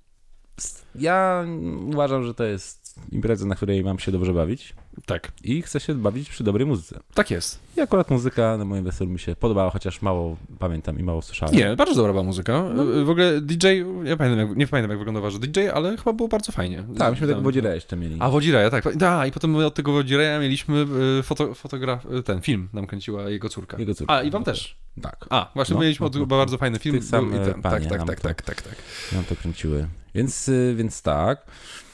[SPEAKER 1] s- ja uważam, że to jest impreza, na której mam się dobrze bawić
[SPEAKER 2] Tak,
[SPEAKER 1] i chcę się bawić przy dobrej muzyce.
[SPEAKER 2] tak jest.
[SPEAKER 1] I akurat muzyka na moim weselu mi się podobała, chociaż mało pamiętam i mało słyszałem.
[SPEAKER 2] Nie, bardzo dobra była muzyka. W ogóle D J, ja pamiętam, jak, nie pamiętam jak wyglądał wasz D J, ale chyba było bardzo fajnie.
[SPEAKER 1] Tak, myśmy tego
[SPEAKER 2] Tam-
[SPEAKER 1] Wodzireja jeszcze mieli.
[SPEAKER 2] A Wodzireja, tak. Da, i potem my od tego Wodzireja mieliśmy y, foto, fotograf, y, ten film nam kręciła jego córka.
[SPEAKER 1] Jego córka.
[SPEAKER 2] A, i wam też.
[SPEAKER 1] Tak,
[SPEAKER 2] A, właśnie
[SPEAKER 1] No,
[SPEAKER 2] mieliśmy
[SPEAKER 1] no,
[SPEAKER 2] od
[SPEAKER 1] no.
[SPEAKER 2] chyba bardzo fajny film.
[SPEAKER 1] Tych sam,
[SPEAKER 2] był i ten, tak,
[SPEAKER 1] panie
[SPEAKER 2] tak,
[SPEAKER 1] nam
[SPEAKER 2] tak,
[SPEAKER 1] to-
[SPEAKER 2] tak, tak, tak.
[SPEAKER 1] nam to kręciły. Więc, y, więc tak.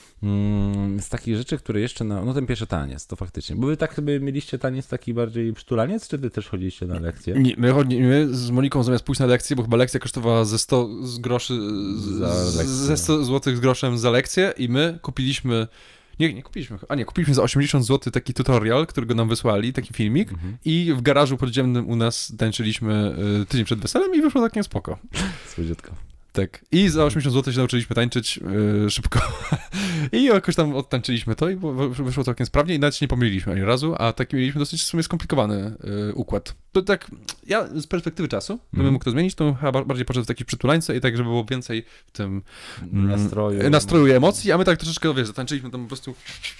[SPEAKER 1] Mm, z takich rzeczy, które jeszcze na... No ten pierwszy taniec, to faktycznie. Były tak, sobie mieliście taniec taki bardziej przytulaniec, czy wy też chodziliście na lekcje?
[SPEAKER 2] Nie, my chodzimy z Moniką zamiast pójść na lekcję, bo chyba lekcja kosztowała ze sto z groszy, z,
[SPEAKER 1] Za
[SPEAKER 2] z,
[SPEAKER 1] lekcję.
[SPEAKER 2] ze sto złotych z groszem za lekcję i my kupiliśmy, nie, nie kupiliśmy, a nie, kupiliśmy za osiemdziesiąt złotych taki tutorial, którego nam wysłali, taki filmik
[SPEAKER 1] Mhm.
[SPEAKER 2] i w garażu podziemnym u nas tańczyliśmy y, tydzień przed weselem i wyszło takiem spoko.
[SPEAKER 1] Słodziutko.
[SPEAKER 2] Tak. I za osiemdziesiąt złotych się nauczyliśmy tańczyć yy, szybko. I jakoś tam odtańczyliśmy to i było- wyszło całkiem sprawnie i nawet się nie pomyliliśmy ani razu, a taki mieliśmy dosyć w sumie skomplikowany yy, układ. To tak, ja z perspektywy czasu, gdybym
[SPEAKER 1] Mhm.
[SPEAKER 2] mógł to zmienić, to bym chyba bardziej poszedł w takiej przytulańce i tak, żeby było więcej w tym mm,
[SPEAKER 1] Nastroju.
[SPEAKER 2] nastroju i emocji, a my tak troszeczkę, wiesz, zatańczyliśmy tam po prostu...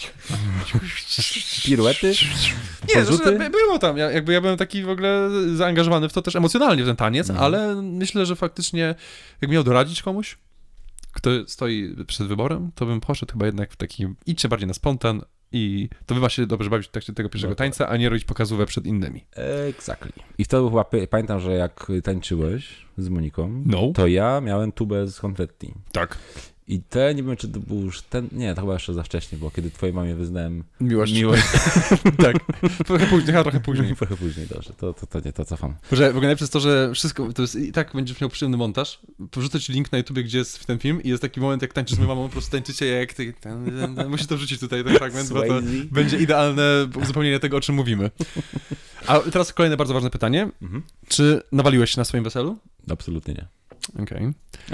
[SPEAKER 1] Piruety?
[SPEAKER 2] Nie,
[SPEAKER 1] Podrzuty?
[SPEAKER 2] zresztą by- było tam, ja, jakby ja byłem taki w ogóle zaangażowany w to też emocjonalnie, w ten taniec,
[SPEAKER 1] Mhm.
[SPEAKER 2] ale myślę, że faktycznie, jak miał doradzić komuś, kto stoi przed wyborem, to bym poszedł chyba jednak w taki, idźcie bardziej na spontan i to wy ma się dobrze bawić w trakcie tego pierwszego
[SPEAKER 1] No tak.
[SPEAKER 2] tańca, a nie robić pokazówę przed innymi.
[SPEAKER 1] Exactly. I wtedy chyba py- pamiętam, że jak tańczyłeś z Moniką,
[SPEAKER 2] No.
[SPEAKER 1] to ja miałem tubę z konfetti.
[SPEAKER 2] Tak.
[SPEAKER 1] I te, nie wiem, czy to był już ten, nie, to chyba jeszcze za wcześnie, bo kiedy twojej mamie wyznałem
[SPEAKER 2] Miłość.
[SPEAKER 1] miłość,
[SPEAKER 2] Tak. Trochę później, chyba trochę później.
[SPEAKER 1] trochę później, dobrze, to, to, to nie, to cofam.
[SPEAKER 2] Że w ogóle przez to, że wszystko, to jest i tak będziesz miał przyjemny montaż. Porzucę ci link na YouTubie, gdzie jest ten film i jest taki moment, jak tańczysz z moją mamą, po prostu tańczycie jak ty, ten, ten, ten. Musisz to wrzucić tutaj, ten fragment, bo to
[SPEAKER 1] Swayze.
[SPEAKER 2] będzie idealne uzupełnienie tego, o czym mówimy. A teraz kolejne bardzo ważne pytanie.
[SPEAKER 1] Mhm.
[SPEAKER 2] Czy nawaliłeś się na swoim weselu?
[SPEAKER 1] Absolutnie nie.
[SPEAKER 2] Okej.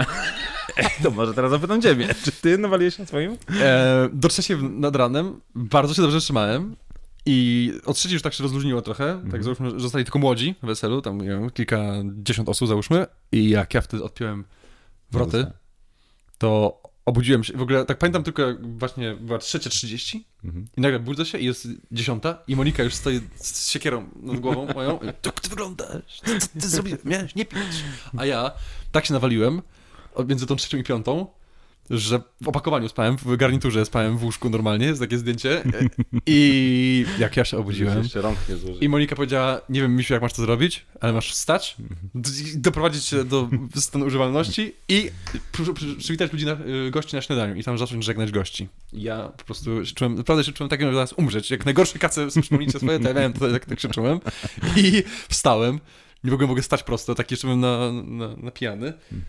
[SPEAKER 1] To może teraz zapytam ciebie, czy ty nawaliłeś na swoim?
[SPEAKER 2] E, do trzeciej nad ranem bardzo się dobrze trzymałem i od trzeciej już tak się rozluźniło trochę,
[SPEAKER 1] Mhm.
[SPEAKER 2] tak załóżmy, że zostali tylko młodzi w weselu, tam nie wiem, kilkadziesiąt osób załóżmy i jak ja wtedy odpiąłem wroty, to obudziłem się, w ogóle tak pamiętam tylko jak właśnie była trzecia trzydzieści
[SPEAKER 1] Mhm.
[SPEAKER 2] i nagle budzę się i jest dziesiąta i Monika już stoi z siekierą nad głową moją i jak ty wyglądasz, co ty, ty zrobiłeś, miałeś nie pić, a ja tak się nawaliłem od- między tą trzecią i piątą, że w opakowaniu spałem, w garniturze spałem w łóżku normalnie, jest takie zdjęcie i jak ja się obudziłem
[SPEAKER 1] Jeszcze rąk nie złożyłem.
[SPEAKER 2] i Monika powiedziała, nie wiem Misiu jak masz to zrobić, ale masz wstać, d- doprowadzić się do stanu używalności i przy, przy, przywitać ludzi, na, y, gości na śniadaniu i tam zacząć żegnać gości. I ja po prostu się czułem, naprawdę się czułem takim, że zaraz umrzeć, jak najgorsze kace przypomnicie swoje, to ja miałem to, tak, tak się czułem i wstałem, nie mogłem w ogóle stać prosto, tak jeszcze byłem na, na, na pijany.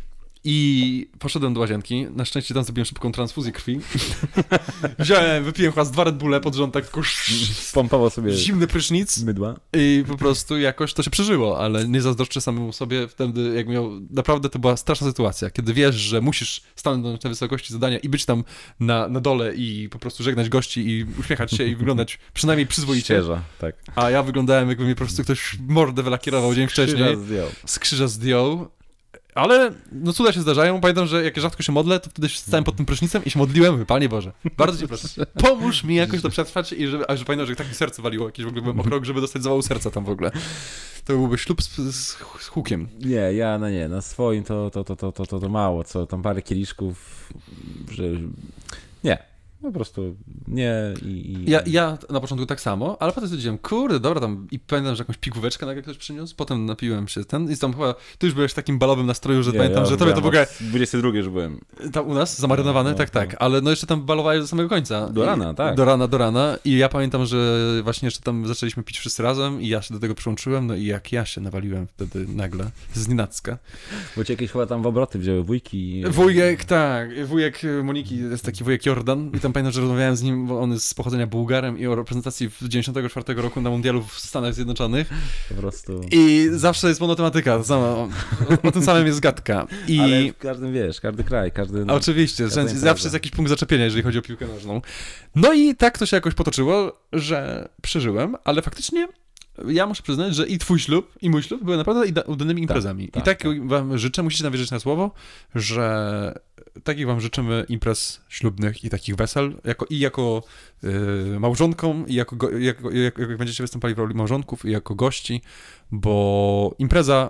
[SPEAKER 2] I poszedłem do łazienki. Na szczęście tam zrobiłem szybką transfuzję krwi. Wziąłem, wypiłem chyba z dwa Red Bulle pod rząd, tak tylko
[SPEAKER 1] Pompował sobie
[SPEAKER 2] zimny prysznic
[SPEAKER 1] mydła.
[SPEAKER 2] i po prostu jakoś to się przeżyło, ale nie zazdroszczę samemu sobie wtedy, jak miał... Naprawdę to była straszna sytuacja, kiedy wiesz, że musisz stanąć na wysokości zadania i być tam na, na dole i po prostu żegnać gości i uśmiechać się i wyglądać przynajmniej przyzwoicie.
[SPEAKER 1] Świeża, tak.
[SPEAKER 2] A ja wyglądałem, jakby mnie po prostu ktoś mordę wylakierował dzień wcześniej.
[SPEAKER 1] Krzyża zdjął.
[SPEAKER 2] Z krzyża zdjął. Ale no cuda się zdarzają. Pamiętam, że jak rzadko się modlę, to wtedy stałem pod tym prysznicem i się modliłem. Mówię, Panie Boże, bardzo Cię proszę, pomóż mi jakoś to przetrwać i żeby, a że pamiętam, że tak mi serce waliło, jakiś w ogóle byłem o krok, żeby dostać zawału serca tam w ogóle. To byłby ślub z, z, z hukiem.
[SPEAKER 1] Nie, ja no nie, na swoim to, to, to, to, to, to, to mało, co tam parę kieliszków, że nie, po prostu nie i... i...
[SPEAKER 2] Ja, ja na początku tak samo, ale potem stwierdziłem, kurde, dobra, tam i pamiętam, że jakąś pigułeczkę nagle ktoś przyniósł, potem napiłem się ten i tam chyba, ty już byłeś w takim balowym nastroju, że
[SPEAKER 1] Nie,
[SPEAKER 2] pamiętam,
[SPEAKER 1] ja
[SPEAKER 2] że tobie to w ogóle...
[SPEAKER 1] dwudziestej drugiej już byłem.
[SPEAKER 2] Tam u nas, zamarynowany,
[SPEAKER 1] No,
[SPEAKER 2] tak,
[SPEAKER 1] no,
[SPEAKER 2] tak,
[SPEAKER 1] no.
[SPEAKER 2] ale no jeszcze tam balowałeś do samego końca.
[SPEAKER 1] Do
[SPEAKER 2] I-
[SPEAKER 1] rana, tak.
[SPEAKER 2] Do rana, do rana i ja pamiętam, że właśnie jeszcze tam zaczęliśmy pić wszyscy razem i ja się do tego przyłączyłem, no i jak ja się nawaliłem wtedy nagle, z nienacka.
[SPEAKER 1] Bo cię jakieś chyba tam w obroty wzięły wujki.
[SPEAKER 2] Wujek, tak, wujek Moniki, jest taki wujek Jordan i tam pamiętam, że rozmawiałem z nim, bo on jest z pochodzenia Bułgarem i o reprezentacji w dziewięćdziesiątego czwartego roku na mundialu w Stanach Zjednoczonych
[SPEAKER 1] Po prostu...
[SPEAKER 2] i zawsze jest monotematyka, sama, o, o tym samym jest gadka. I...
[SPEAKER 1] Ale w każdym, wiesz, każdy kraj, każdy...
[SPEAKER 2] A Oczywiście,
[SPEAKER 1] Każda
[SPEAKER 2] że
[SPEAKER 1] impreza.
[SPEAKER 2] zawsze jest jakiś punkt zaczepienia, jeżeli chodzi o piłkę nożną. No i tak to się jakoś potoczyło, że przeżyłem, ale faktycznie ja muszę przyznać, że i twój ślub, i mój ślub były naprawdę ida- udanymi imprezami.
[SPEAKER 1] tak,
[SPEAKER 2] I tak,
[SPEAKER 1] tak.
[SPEAKER 2] wam życzę, musicie nam wierzyć na słowo, że takich wam życzymy imprez ślubnych i takich wesel, jako, i jako y, małżonkom, i jako, go, jako, jako, jak będziecie występowali w roli małżonków, i jako gości, bo impreza,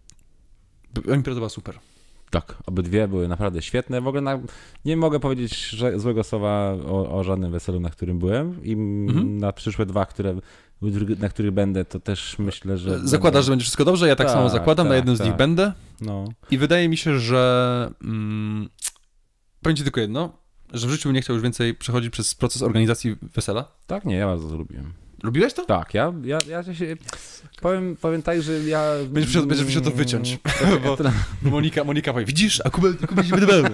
[SPEAKER 2] impreza była super.
[SPEAKER 1] Tak, obydwie były naprawdę świetne. W ogóle na, nie mogę powiedzieć że, złego słowa o, o żadnym weselu, na którym byłem. I
[SPEAKER 2] Mhm.
[SPEAKER 1] na przyszłe dwa, które, na których będę, to też myślę, że...
[SPEAKER 2] Zakładasz,
[SPEAKER 1] będą,
[SPEAKER 2] że będzie wszystko dobrze, ja tak,
[SPEAKER 1] Tak,
[SPEAKER 2] samo zakładam, na
[SPEAKER 1] tak,
[SPEAKER 2] jednym z
[SPEAKER 1] tak.
[SPEAKER 2] nich będę.
[SPEAKER 1] No,
[SPEAKER 2] I wydaje mi się, że mm, powiem ci tylko jedno, że w życiu nie chciał już więcej przechodzić przez proces organizacji wesela.
[SPEAKER 1] tak, nie, ja bardzo to lubiłem.
[SPEAKER 2] Lubiłeś to?
[SPEAKER 1] Tak, ja, ja, ja się... Powiem, powiem tak, że ja...
[SPEAKER 2] Będziesz musiał, będziesz musiał to wyciąć.
[SPEAKER 1] Bo,
[SPEAKER 2] Bo Monika, Monika powie, widzisz, a Kuba, Kuba się wydawałem.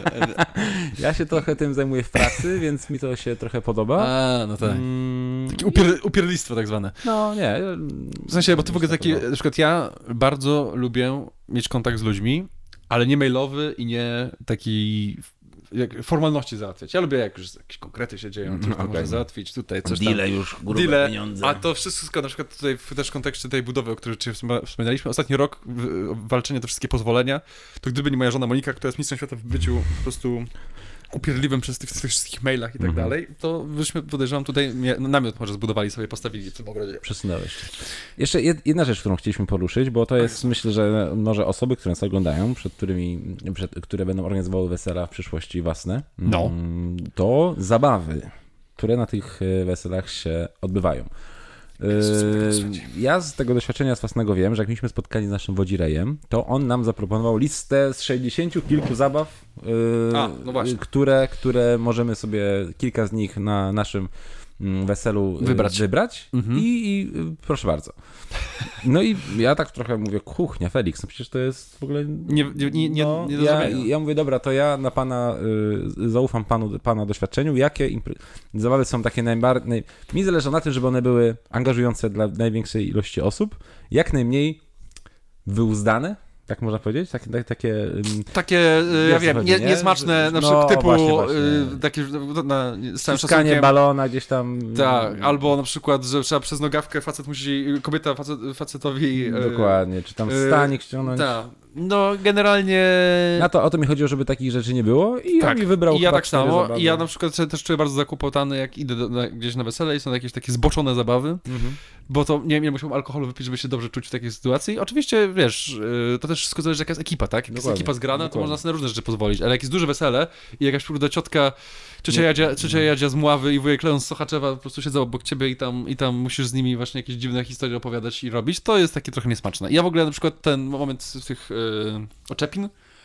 [SPEAKER 1] ja się trochę tym zajmuję w pracy, więc mi to się trochę podoba.
[SPEAKER 2] A, no tak.
[SPEAKER 1] Mm,
[SPEAKER 2] Takie upier, upierlistwo tak zwane.
[SPEAKER 1] No, nie.
[SPEAKER 2] W sensie, bo ty w ogóle taki, na przykład ja bardzo lubię mieć kontakt z ludźmi, ale nie mailowy i nie taki jak formalności załatwiać. Ja lubię, jak już jakieś konkrety się dzieją, coś tam
[SPEAKER 1] okej.
[SPEAKER 2] można załatwić tutaj, coś tam.
[SPEAKER 1] Deale już, grube
[SPEAKER 2] Deale,
[SPEAKER 1] pieniądze.
[SPEAKER 2] a to wszystko na przykład tutaj w też w kontekście tej budowy, o której dzisiaj wspomina- wspominaliśmy, ostatni rok w- walczenie te wszystkie pozwolenia, to gdyby nie moja żona Monika, która jest mistrzem świata w byciu po prostu upierdliwym przez tych, tych wszystkich mailach i tak
[SPEAKER 1] Mhm.
[SPEAKER 2] dalej, to byśmy, podejrzewam, tutaj mie- namiot może zbudowali sobie, postawili w tym ogrodzie.
[SPEAKER 1] Przesunąłeś. Jeszcze jed- jedna rzecz, którą chcieliśmy poruszyć, bo to jest, myślę, że może osoby, które nas oglądają, przed którymi, przed, które będą organizowały wesela w przyszłości własne,
[SPEAKER 2] No.
[SPEAKER 1] mm, to zabawy, które na tych e, weselach się odbywają. E, Ja z tego doświadczenia z własnego wiem, że jak mieliśmy spotkanie z naszym wodzirejem, to on nam zaproponował listę z sześćdziesięciu kilku zabaw, e,
[SPEAKER 2] A, no właśnie.
[SPEAKER 1] które, które możemy sobie, kilka z nich na naszym mm, weselu e,
[SPEAKER 2] Wybrać.
[SPEAKER 1] wybrać
[SPEAKER 2] Mhm.
[SPEAKER 1] i, i y, proszę bardzo. No i ja tak trochę mówię, kuchnia, Felix, no przecież to jest w ogóle...
[SPEAKER 2] Nie, nie, nie, nie,
[SPEAKER 1] no,
[SPEAKER 2] nie do
[SPEAKER 1] ja,
[SPEAKER 2] zrobienia.
[SPEAKER 1] ja mówię, dobra, to ja na pana, y, zaufam panu, pana doświadczeniu, jakie impre- zabawy są takie najbardziej... Naj... Mi zależy na tym, żeby one były angażujące dla największej ilości osób, jak najmniej wyuzdane, tak można powiedzieć, takie... takie, takie ym,
[SPEAKER 2] Takie, y, ja
[SPEAKER 1] co
[SPEAKER 2] wiem,
[SPEAKER 1] chodzi,
[SPEAKER 2] nie,
[SPEAKER 1] nie?
[SPEAKER 2] niesmaczne, na
[SPEAKER 1] No,
[SPEAKER 2] przykład typu
[SPEAKER 1] właśnie, właśnie.
[SPEAKER 2] y, takie na, z całym
[SPEAKER 1] ściskanie
[SPEAKER 2] szacunkiem.
[SPEAKER 1] balona gdzieś tam...
[SPEAKER 2] Tak, albo na przykład, że trzeba przez nogawkę facet musi, kobieta facet, facetowi... y,
[SPEAKER 1] Dokładnie, czy tam
[SPEAKER 2] y,
[SPEAKER 1] stanik ściągnąć.
[SPEAKER 2] Tak, no generalnie...
[SPEAKER 1] Na to o to mi chodziło, żeby takich rzeczy nie było i
[SPEAKER 2] Tak,
[SPEAKER 1] on mi wybrał
[SPEAKER 2] i ja
[SPEAKER 1] chyba
[SPEAKER 2] tak
[SPEAKER 1] cztery
[SPEAKER 2] samo.
[SPEAKER 1] zabawy.
[SPEAKER 2] I ja na przykład się też czuję bardzo zakłopotany, jak idę do, na, gdzieś na wesele i są jakieś takie zboczone zabawy,
[SPEAKER 1] Mhm.
[SPEAKER 2] bo to nie, nie musiałem alkoholu wypić, żeby się dobrze czuć w takiej sytuacji. Oczywiście, wiesz, yy, to też wszystko zależy, jaka jest ekipa, tak? Jak jest
[SPEAKER 1] Dokładnie,
[SPEAKER 2] ekipa zgrana, to
[SPEAKER 1] dokładnie.
[SPEAKER 2] można sobie na różne rzeczy pozwolić, ale jak jest duże wesele i jakaś kurde ciotka, ciocia Jadzia, ciocia Jadzia z Mławy i wujek Leon z Sochaczewa po prostu siedzą obok ciebie i tam, i tam musisz z nimi właśnie jakieś dziwne historie opowiadać i robić, to jest takie trochę niesmaczne. I ja w ogóle na przykład ten moment tych yy, oczepin,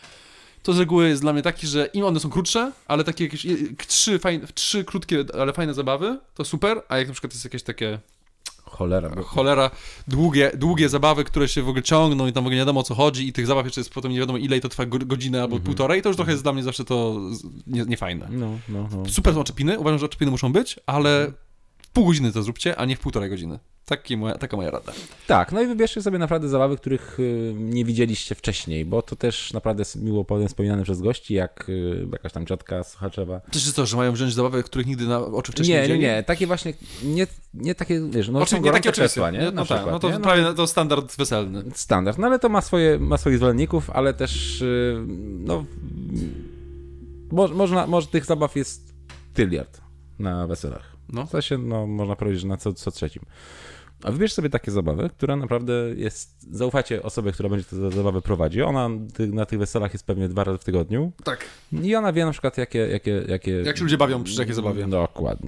[SPEAKER 2] to z reguły jest dla mnie taki, że im one są krótsze, ale takie jakieś i- trzy, fajne, trzy krótkie, ale fajne zabawy, to super, a jak na przykład jest jakieś takie
[SPEAKER 1] Cholera. Bo...
[SPEAKER 2] cholera, długie, długie zabawy, które się w ogóle ciągną i tam w ogóle nie wiadomo o co chodzi i tych zabaw jeszcze jest potem nie wiadomo ile i to trwa go- godzinę albo półtorej, to już trochę jest dla mnie zawsze to z- nie, niefajne.
[SPEAKER 1] No, no, no.
[SPEAKER 2] Super są oczepiny, uważam, że oczepiny muszą być, ale w pół godziny to zróbcie, a nie w półtorej godziny. Taki moja, taka moja rada.
[SPEAKER 1] Tak, no i wybierzcie sobie naprawdę zabawy, których y, nie widzieliście wcześniej, bo to też naprawdę jest miło potem wspominane przez gości, jak y, jakaś tam ciotka z Sochaczewa.
[SPEAKER 2] Czy jest to, że mają wziąć zabawy, których nigdy na oczy wcześniej
[SPEAKER 1] Nie, nie,
[SPEAKER 2] widzieli?
[SPEAKER 1] nie, takie właśnie, nie, nie takie, wiesz, no
[SPEAKER 2] Oczy,
[SPEAKER 1] są
[SPEAKER 2] nie takie
[SPEAKER 1] gorące
[SPEAKER 2] oczywiste,
[SPEAKER 1] krzesła, nie?
[SPEAKER 2] nie?
[SPEAKER 1] Na
[SPEAKER 2] No
[SPEAKER 1] przykład,
[SPEAKER 2] tak, no to
[SPEAKER 1] nie?
[SPEAKER 2] prawie to standard weselny.
[SPEAKER 1] Standard, no ale to ma swoje, ma swoich zwolenników, ale też, y, no, mo, można, może tych zabaw jest tyliard na weselach.
[SPEAKER 2] No.
[SPEAKER 1] W sensie, no, można powiedzieć, że na co, co trzecim. A wybierz sobie takie zabawy, która naprawdę jest, zaufajcie osobie, która będzie tę zabawę prowadzi. Ona ty, na tych weselach jest pewnie dwa razy w tygodniu
[SPEAKER 2] Tak.
[SPEAKER 1] i ona wie na przykład, jakie... jakie, jakie
[SPEAKER 2] Jak się ludzie bawią przy jakiej zabawie.
[SPEAKER 1] Dokładnie.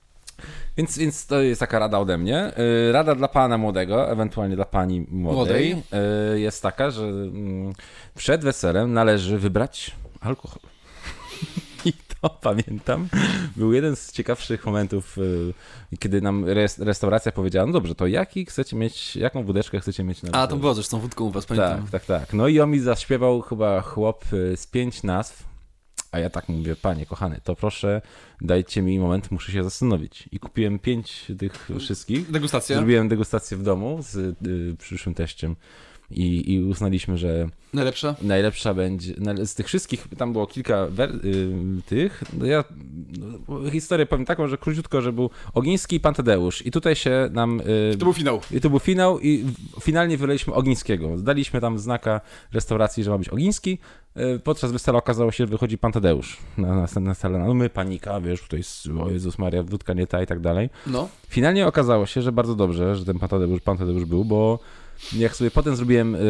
[SPEAKER 1] Więc, więc to jest taka rada ode mnie. Yy, Rada dla pana młodego, ewentualnie dla pani młodej,
[SPEAKER 2] Młodej.
[SPEAKER 1] yy, jest taka, że mm, przed weselem należy wybrać alkohol. I to pamiętam, był jeden z ciekawszych momentów, yy, kiedy nam res- restauracja powiedziała, no dobrze, to jaki chcecie mieć, jaką wódeczkę chcecie mieć na
[SPEAKER 2] A,
[SPEAKER 1] weselu?
[SPEAKER 2] to było coś z tą wódką u was, pamiętam.
[SPEAKER 1] Tak, tak, tak. No i on mi zaśpiewał chyba chłop y, z pięć nazw, a ja tak mówię, panie kochany, to proszę dajcie mi moment, muszę się zastanowić. I kupiłem pięć tych wszystkich.
[SPEAKER 2] Degustacja.
[SPEAKER 1] Zrobiłem degustację w domu z y, przyszłym teściem i, i uznaliśmy, że
[SPEAKER 2] Najlepsza?
[SPEAKER 1] najlepsza będzie, na- z tych wszystkich, tam było kilka wer- y, tych, no ja no, historię powiem taką, że króciutko, że był Ogiński i Pan Tadeusz i tutaj się nam... y,
[SPEAKER 2] To był finał.
[SPEAKER 1] i to był finał i w- finalnie wyleliśmy Ogińskiego. Daliśmy tam znaka restauracji, że ma być Ogiński. Yy, Podczas wesela okazało się, że wychodzi Pan Tadeusz na następne salę. No my, panika, wiesz, tutaj jest, o Jezus Maria, wódka nie ta i tak dalej.
[SPEAKER 2] No.
[SPEAKER 1] Finalnie okazało się, że bardzo dobrze, że ten Pan Tadeusz, Pan Tadeusz był, bo jak sobie potem zrobiłem y,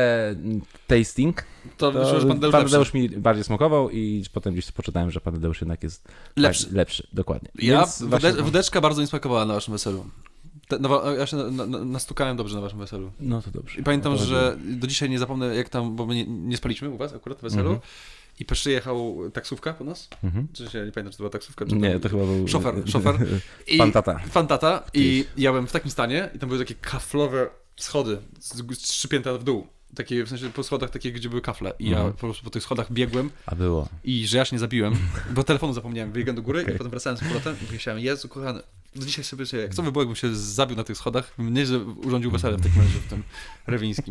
[SPEAKER 1] re-tasting,
[SPEAKER 2] To,
[SPEAKER 1] to
[SPEAKER 2] wyszło, że pan Tadeusz
[SPEAKER 1] Pan
[SPEAKER 2] lepszy.
[SPEAKER 1] Tadeusz mi bardziej smakował i potem gdzieś poczytałem, że Pan Tadeusz jednak jest
[SPEAKER 2] Lepszy.
[SPEAKER 1] tak, lepszy, dokładnie.
[SPEAKER 2] Ja,
[SPEAKER 1] Więc właśnie-
[SPEAKER 2] wode, wódeczka bardzo mi smakowała na waszym weselu. Te, no, ja się na, na, na, nastukałem dobrze na waszym weselu.
[SPEAKER 1] No to dobrze.
[SPEAKER 2] I pamiętam,
[SPEAKER 1] No to
[SPEAKER 2] że do dzisiaj nie zapomnę, jak tam, bo my nie, nie spaliśmy u was akurat w weselu
[SPEAKER 1] Mhm.
[SPEAKER 2] i przyjechał taksówka po nas.
[SPEAKER 1] Mhm.
[SPEAKER 2] Czy się nie pamiętam, czy to była taksówka, czy
[SPEAKER 1] Nie,
[SPEAKER 2] tam-
[SPEAKER 1] to chyba był...
[SPEAKER 2] Szofer, szofer. I,
[SPEAKER 1] Pan tata.
[SPEAKER 2] Pan tata. I ja byłem w takim stanie i tam były takie kaflowe schody z- strzyknięte w dół. Takie, w sensie po schodach takie, gdzie były kafle. I ja
[SPEAKER 1] Mhm.
[SPEAKER 2] po prostu po tych schodach biegłem
[SPEAKER 1] A było.
[SPEAKER 2] i że ja się nie zabiłem, bo telefonu zapomniałem, wybiegłem do góry
[SPEAKER 1] Okej.
[SPEAKER 2] i potem wracałem z powrotem i myślałem, Jezu kochany, do dzisiaj sobie myślę, jak co by było, jakbym się zabił na tych schodach, nie, że urządził wesele w takim razie w tym rewińskim.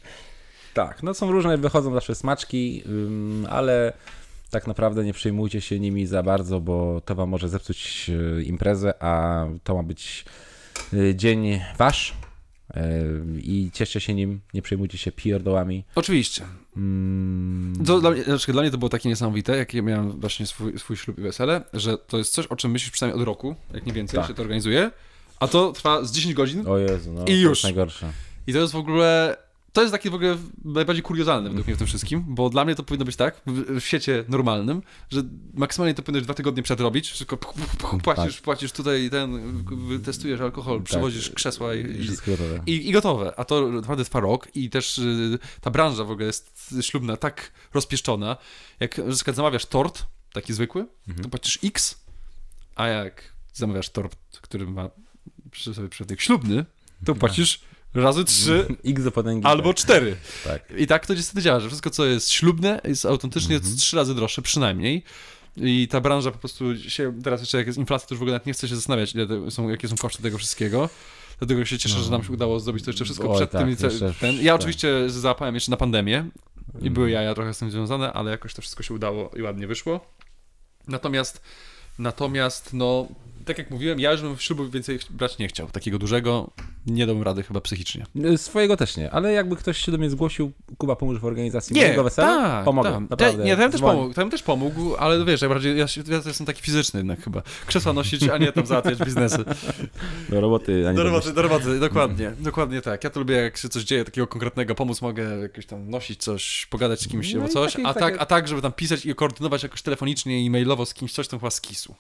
[SPEAKER 1] Tak, no są różne, wychodzą zawsze smaczki, ym, ale tak naprawdę nie przejmujcie się nimi za bardzo, bo to wam może zepsuć y, imprezę, a to ma być y, dzień wasz, I cieszcie się nim, nie przejmujcie się pierdołami.
[SPEAKER 2] Oczywiście.
[SPEAKER 1] Mm.
[SPEAKER 2] To dla, mnie, znaczy dla mnie to było takie niesamowite, jak ja miałem właśnie swój, swój ślub i wesele, że to jest coś, o czym myślisz przynajmniej od roku, jak nie więcej,
[SPEAKER 1] Tak.
[SPEAKER 2] się to organizuje, a to trwa z dziesięć godzin
[SPEAKER 1] O Jezu, no
[SPEAKER 2] I
[SPEAKER 1] to
[SPEAKER 2] już.
[SPEAKER 1] jest najgorsze.
[SPEAKER 2] i to jest w ogóle... To jest takie w ogóle najbardziej kuriozalne według mnie w tym wszystkim, bo dla mnie to powinno być tak, w, w świecie normalnym, że maksymalnie to powinno być dwa tygodnie przedrobić, wszystko p- p- p- płacisz,
[SPEAKER 1] Tak.
[SPEAKER 2] płacisz tutaj ten, testujesz alkohol, przywozisz krzesła i, i,
[SPEAKER 1] Wszystko gotowe.
[SPEAKER 2] i, i gotowe. A to naprawdę trwa rok i też y, ta branża w ogóle jest ślubna tak rozpieszczona, jak na przykład zamawiasz tort, taki zwykły, to płacisz X, a jak zamawiasz tort, który ma przy sobie przypadek ślubny, to płacisz razy trzy
[SPEAKER 1] X do potęgi.
[SPEAKER 2] albo cztery.
[SPEAKER 1] Tak.
[SPEAKER 2] I tak to niestety działa, że wszystko, co jest ślubne, jest autentycznie mm-hmm. trzy razy droższe przynajmniej. I ta branża po prostu się, teraz jeszcze jak jest inflacja, to już w ogóle nawet nie chce się zastanawiać, ile to są, jakie są koszty tego wszystkiego. Dlatego się cieszę,
[SPEAKER 1] No.
[SPEAKER 2] że nam się udało zrobić to jeszcze wszystko
[SPEAKER 1] Oj,
[SPEAKER 2] przed
[SPEAKER 1] tak,
[SPEAKER 2] tym. I te,
[SPEAKER 1] jeszcze-
[SPEAKER 2] ten. Ja
[SPEAKER 1] tak.
[SPEAKER 2] oczywiście załapałem jeszcze na pandemię i były jaja trochę z tym związane, ale jakoś to wszystko się udało i ładnie wyszło. Natomiast, natomiast no, tak jak mówiłem, ja już bym w ślubu więcej brać nie chciał. Takiego dużego nie dam rady chyba psychicznie.
[SPEAKER 1] Swojego też nie, ale jakby ktoś się do mnie zgłosił, Kuba, pomóż w organizacji
[SPEAKER 2] Nie,
[SPEAKER 1] mojego wesela,
[SPEAKER 2] tak,
[SPEAKER 1] pomogę,
[SPEAKER 2] tak.
[SPEAKER 1] naprawdę.
[SPEAKER 2] Nie, ja bym też
[SPEAKER 1] Dzwoń.
[SPEAKER 2] pomógł, ja bym też pomógł, ale wiesz, ja bardziej, ja, się- ja jestem taki fizyczny jednak chyba. Krzesła nosić, a nie tam załatwiać biznesy.
[SPEAKER 1] Do roboty, a nie
[SPEAKER 2] Do
[SPEAKER 1] do
[SPEAKER 2] roboty, do roboty, dokładnie, dokładnie tak. Ja to lubię, jak się coś dzieje takiego konkretnego, pomóc mogę, jakoś tam nosić coś, pogadać z kimś
[SPEAKER 1] No
[SPEAKER 2] albo
[SPEAKER 1] i
[SPEAKER 2] coś,
[SPEAKER 1] takie-
[SPEAKER 2] a, tak,
[SPEAKER 1] takie-
[SPEAKER 2] a tak, żeby tam pisać i koordynować jakoś telefonicznie i mailowo z kimś coś, to chyba z kisu.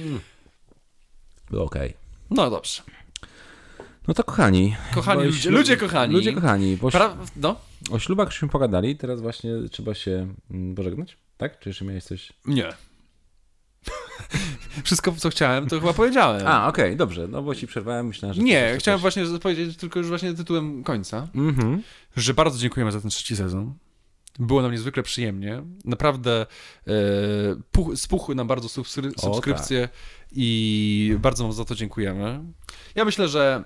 [SPEAKER 1] Było okej.
[SPEAKER 2] No dobrze.
[SPEAKER 1] No to kochani.
[SPEAKER 2] Kochani
[SPEAKER 1] bo
[SPEAKER 2] ludzie,
[SPEAKER 1] ślub-
[SPEAKER 2] ludzie kochani.
[SPEAKER 1] Ludzie kochani, bo
[SPEAKER 2] Pra... No?
[SPEAKER 1] o ślubach żeśmy pogadali, teraz właśnie trzeba się mm, pożegnać, tak? Czy jeszcze miałeś coś?
[SPEAKER 2] Nie. Wszystko, co chciałem, to chyba powiedziałem.
[SPEAKER 1] A, okej, dobrze, no bo ci przerwałem, myślałem, że...
[SPEAKER 2] Nie,
[SPEAKER 1] coś
[SPEAKER 2] chciałem
[SPEAKER 1] coś-
[SPEAKER 2] właśnie powiedzieć tylko już właśnie tytułem końca,
[SPEAKER 1] Mhm.
[SPEAKER 2] że bardzo dziękujemy za ten trzeci sezon. Było nam niezwykle przyjemnie. Naprawdę e, puch, spuchły nam bardzo subskry,
[SPEAKER 1] O,
[SPEAKER 2] subskrypcje i bardzo wam za to dziękujemy. Ja myślę, że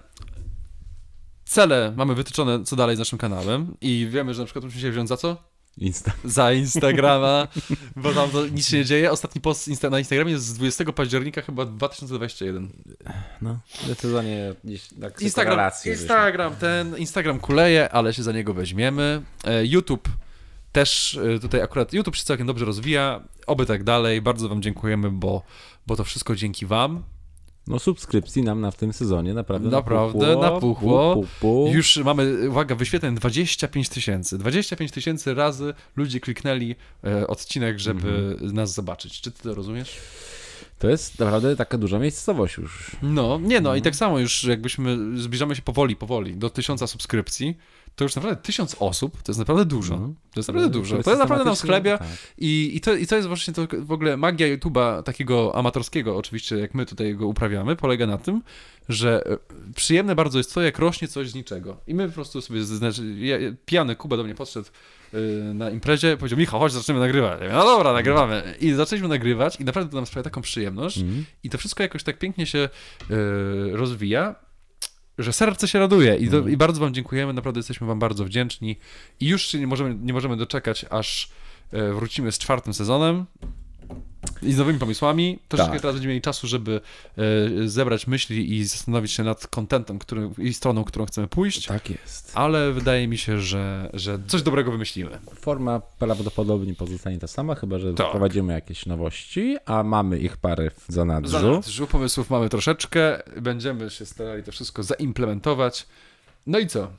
[SPEAKER 2] cele mamy wytyczone, co dalej z naszym kanałem i wiemy, że na przykład musimy się wziąć za co?
[SPEAKER 1] Insta.
[SPEAKER 2] Za Instagrama, bo tam to nic się nie dzieje. Ostatni post insta- na Instagramie jest z dwudziestego października chyba dwa tysiące dwudziestego pierwszego.
[SPEAKER 1] No, zdecydowanie gdzieś tak
[SPEAKER 2] Instagram,
[SPEAKER 1] relacje,
[SPEAKER 2] Instagram ten, Instagram kuleje, ale się za niego weźmiemy. E, YouTube też, e, tutaj akurat YouTube się całkiem dobrze rozwija, oby tak dalej. Bardzo wam dziękujemy, bo, bo to wszystko dzięki wam.
[SPEAKER 1] No subskrypcji nam na w tym sezonie naprawdę
[SPEAKER 2] Naprawdę
[SPEAKER 1] napuchło.
[SPEAKER 2] napuchło.
[SPEAKER 1] Pu, pu, pu.
[SPEAKER 2] Już mamy, uwaga, wyświetleń dwadzieścia pięć tysięcy. dwadzieścia pięć tysięcy razy ludzie kliknęli e, odcinek, żeby
[SPEAKER 1] Mhm.
[SPEAKER 2] nas zobaczyć. Czy ty to rozumiesz?
[SPEAKER 1] To jest naprawdę taka duża miejscowość już.
[SPEAKER 2] No, nie no, i tak samo już jakbyśmy zbliżamy się powoli, powoli do tysiąca subskrypcji, to już naprawdę tysiąc osób, to jest naprawdę dużo.
[SPEAKER 1] Mhm.
[SPEAKER 2] To jest naprawdę dużo.
[SPEAKER 1] Które
[SPEAKER 2] To jest naprawdę nam
[SPEAKER 1] systematycznie-
[SPEAKER 2] sklebia
[SPEAKER 1] tak.
[SPEAKER 2] i, i, to, i to jest właśnie to w ogóle magia YouTube'a takiego amatorskiego, oczywiście jak my tutaj go uprawiamy, polega na tym, że e, przyjemne bardzo jest to, jak rośnie coś z niczego. I my po prostu sobie, znaczy, ja, ja- pijany Kuba do mnie podszedł y, na imprezie, powiedział, Michał, chodź, zaczniemy nagrywać. Ja mówię, no dobra, nagrywamy. I zaczęliśmy nagrywać i naprawdę to nam sprawia taką przyjemność
[SPEAKER 1] Mhm.
[SPEAKER 2] i to wszystko jakoś tak pięknie się y, rozwija, że serce się raduje I, to,
[SPEAKER 1] Mhm.
[SPEAKER 2] i bardzo wam dziękujemy, naprawdę jesteśmy wam bardzo wdzięczni i już się nie możemy, nie możemy doczekać, aż e, wrócimy z czwartym sezonem i z nowymi pomysłami. Troszeczkę
[SPEAKER 1] Tak.
[SPEAKER 2] teraz będziemy mieli czasu, żeby e, zebrać myśli i zastanowić się nad kontentem który, i stroną, którą chcemy pójść,
[SPEAKER 1] Tak jest.
[SPEAKER 2] ale wydaje mi się, że, że coś dobrego wymyślimy.
[SPEAKER 1] Forma prawdopodobnie pozostanie ta sama, chyba że
[SPEAKER 2] Tak.
[SPEAKER 1] wprowadzimy jakieś nowości, a mamy ich parę w zanadrzu.
[SPEAKER 2] Zanadrzu pomysłów mamy troszeczkę, będziemy się starali to wszystko zaimplementować. No i co?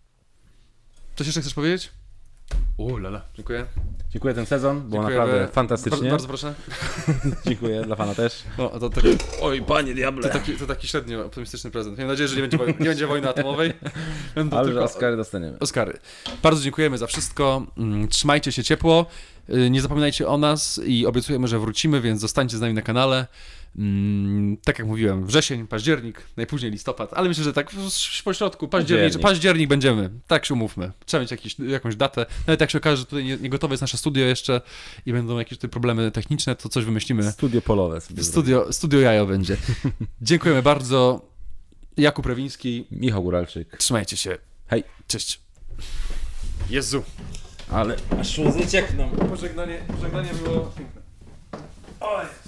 [SPEAKER 2] Coś jeszcze chcesz powiedzieć? U, lala, dziękuję.
[SPEAKER 1] Dziękuję ten sezon, było
[SPEAKER 2] Dziękujemy.
[SPEAKER 1] naprawdę fantastycznie.
[SPEAKER 2] Bardzo, bardzo proszę.
[SPEAKER 1] Dziękuję, dla pana też.
[SPEAKER 2] No, to, to,
[SPEAKER 1] Oj, panie diable.
[SPEAKER 2] to, taki, to taki średnio optymistyczny prezent. Mam nadzieję, że nie będzie, woj- nie będzie wojny atomowej. Będą
[SPEAKER 1] Ale że
[SPEAKER 2] tylko
[SPEAKER 1] Oscary dostaniemy.
[SPEAKER 2] Oscary. Bardzo dziękujemy za wszystko. Mm, Trzymajcie się ciepło. Y, Nie zapominajcie o nas i obiecujemy, że wrócimy, więc zostańcie z nami na kanale. Mm, Tak jak mówiłem, wrzesień, październik, najpóźniej listopad, ale myślę, że tak w pośrodku, październik,
[SPEAKER 1] Październik.
[SPEAKER 2] październik będziemy. Tak się umówmy. Trzeba mieć jakiś, jakąś datę. Nawet jak się okaże, że tutaj nie, nie gotowe jest nasze studio jeszcze i będą jakieś tutaj problemy techniczne, to coś wymyślimy.
[SPEAKER 1] Studio polowe sobie zrobimy.
[SPEAKER 2] Studio, studio jajo będzie. Dziękujemy bardzo. Jakub Rewiński.
[SPEAKER 1] Michał Góralczyk.
[SPEAKER 2] Trzymajcie się.
[SPEAKER 1] Hej.
[SPEAKER 2] Cześć. Jezu.
[SPEAKER 1] Ale aż łzy ciekną.
[SPEAKER 2] Pożegnanie, pożegnanie było piękne. Oj.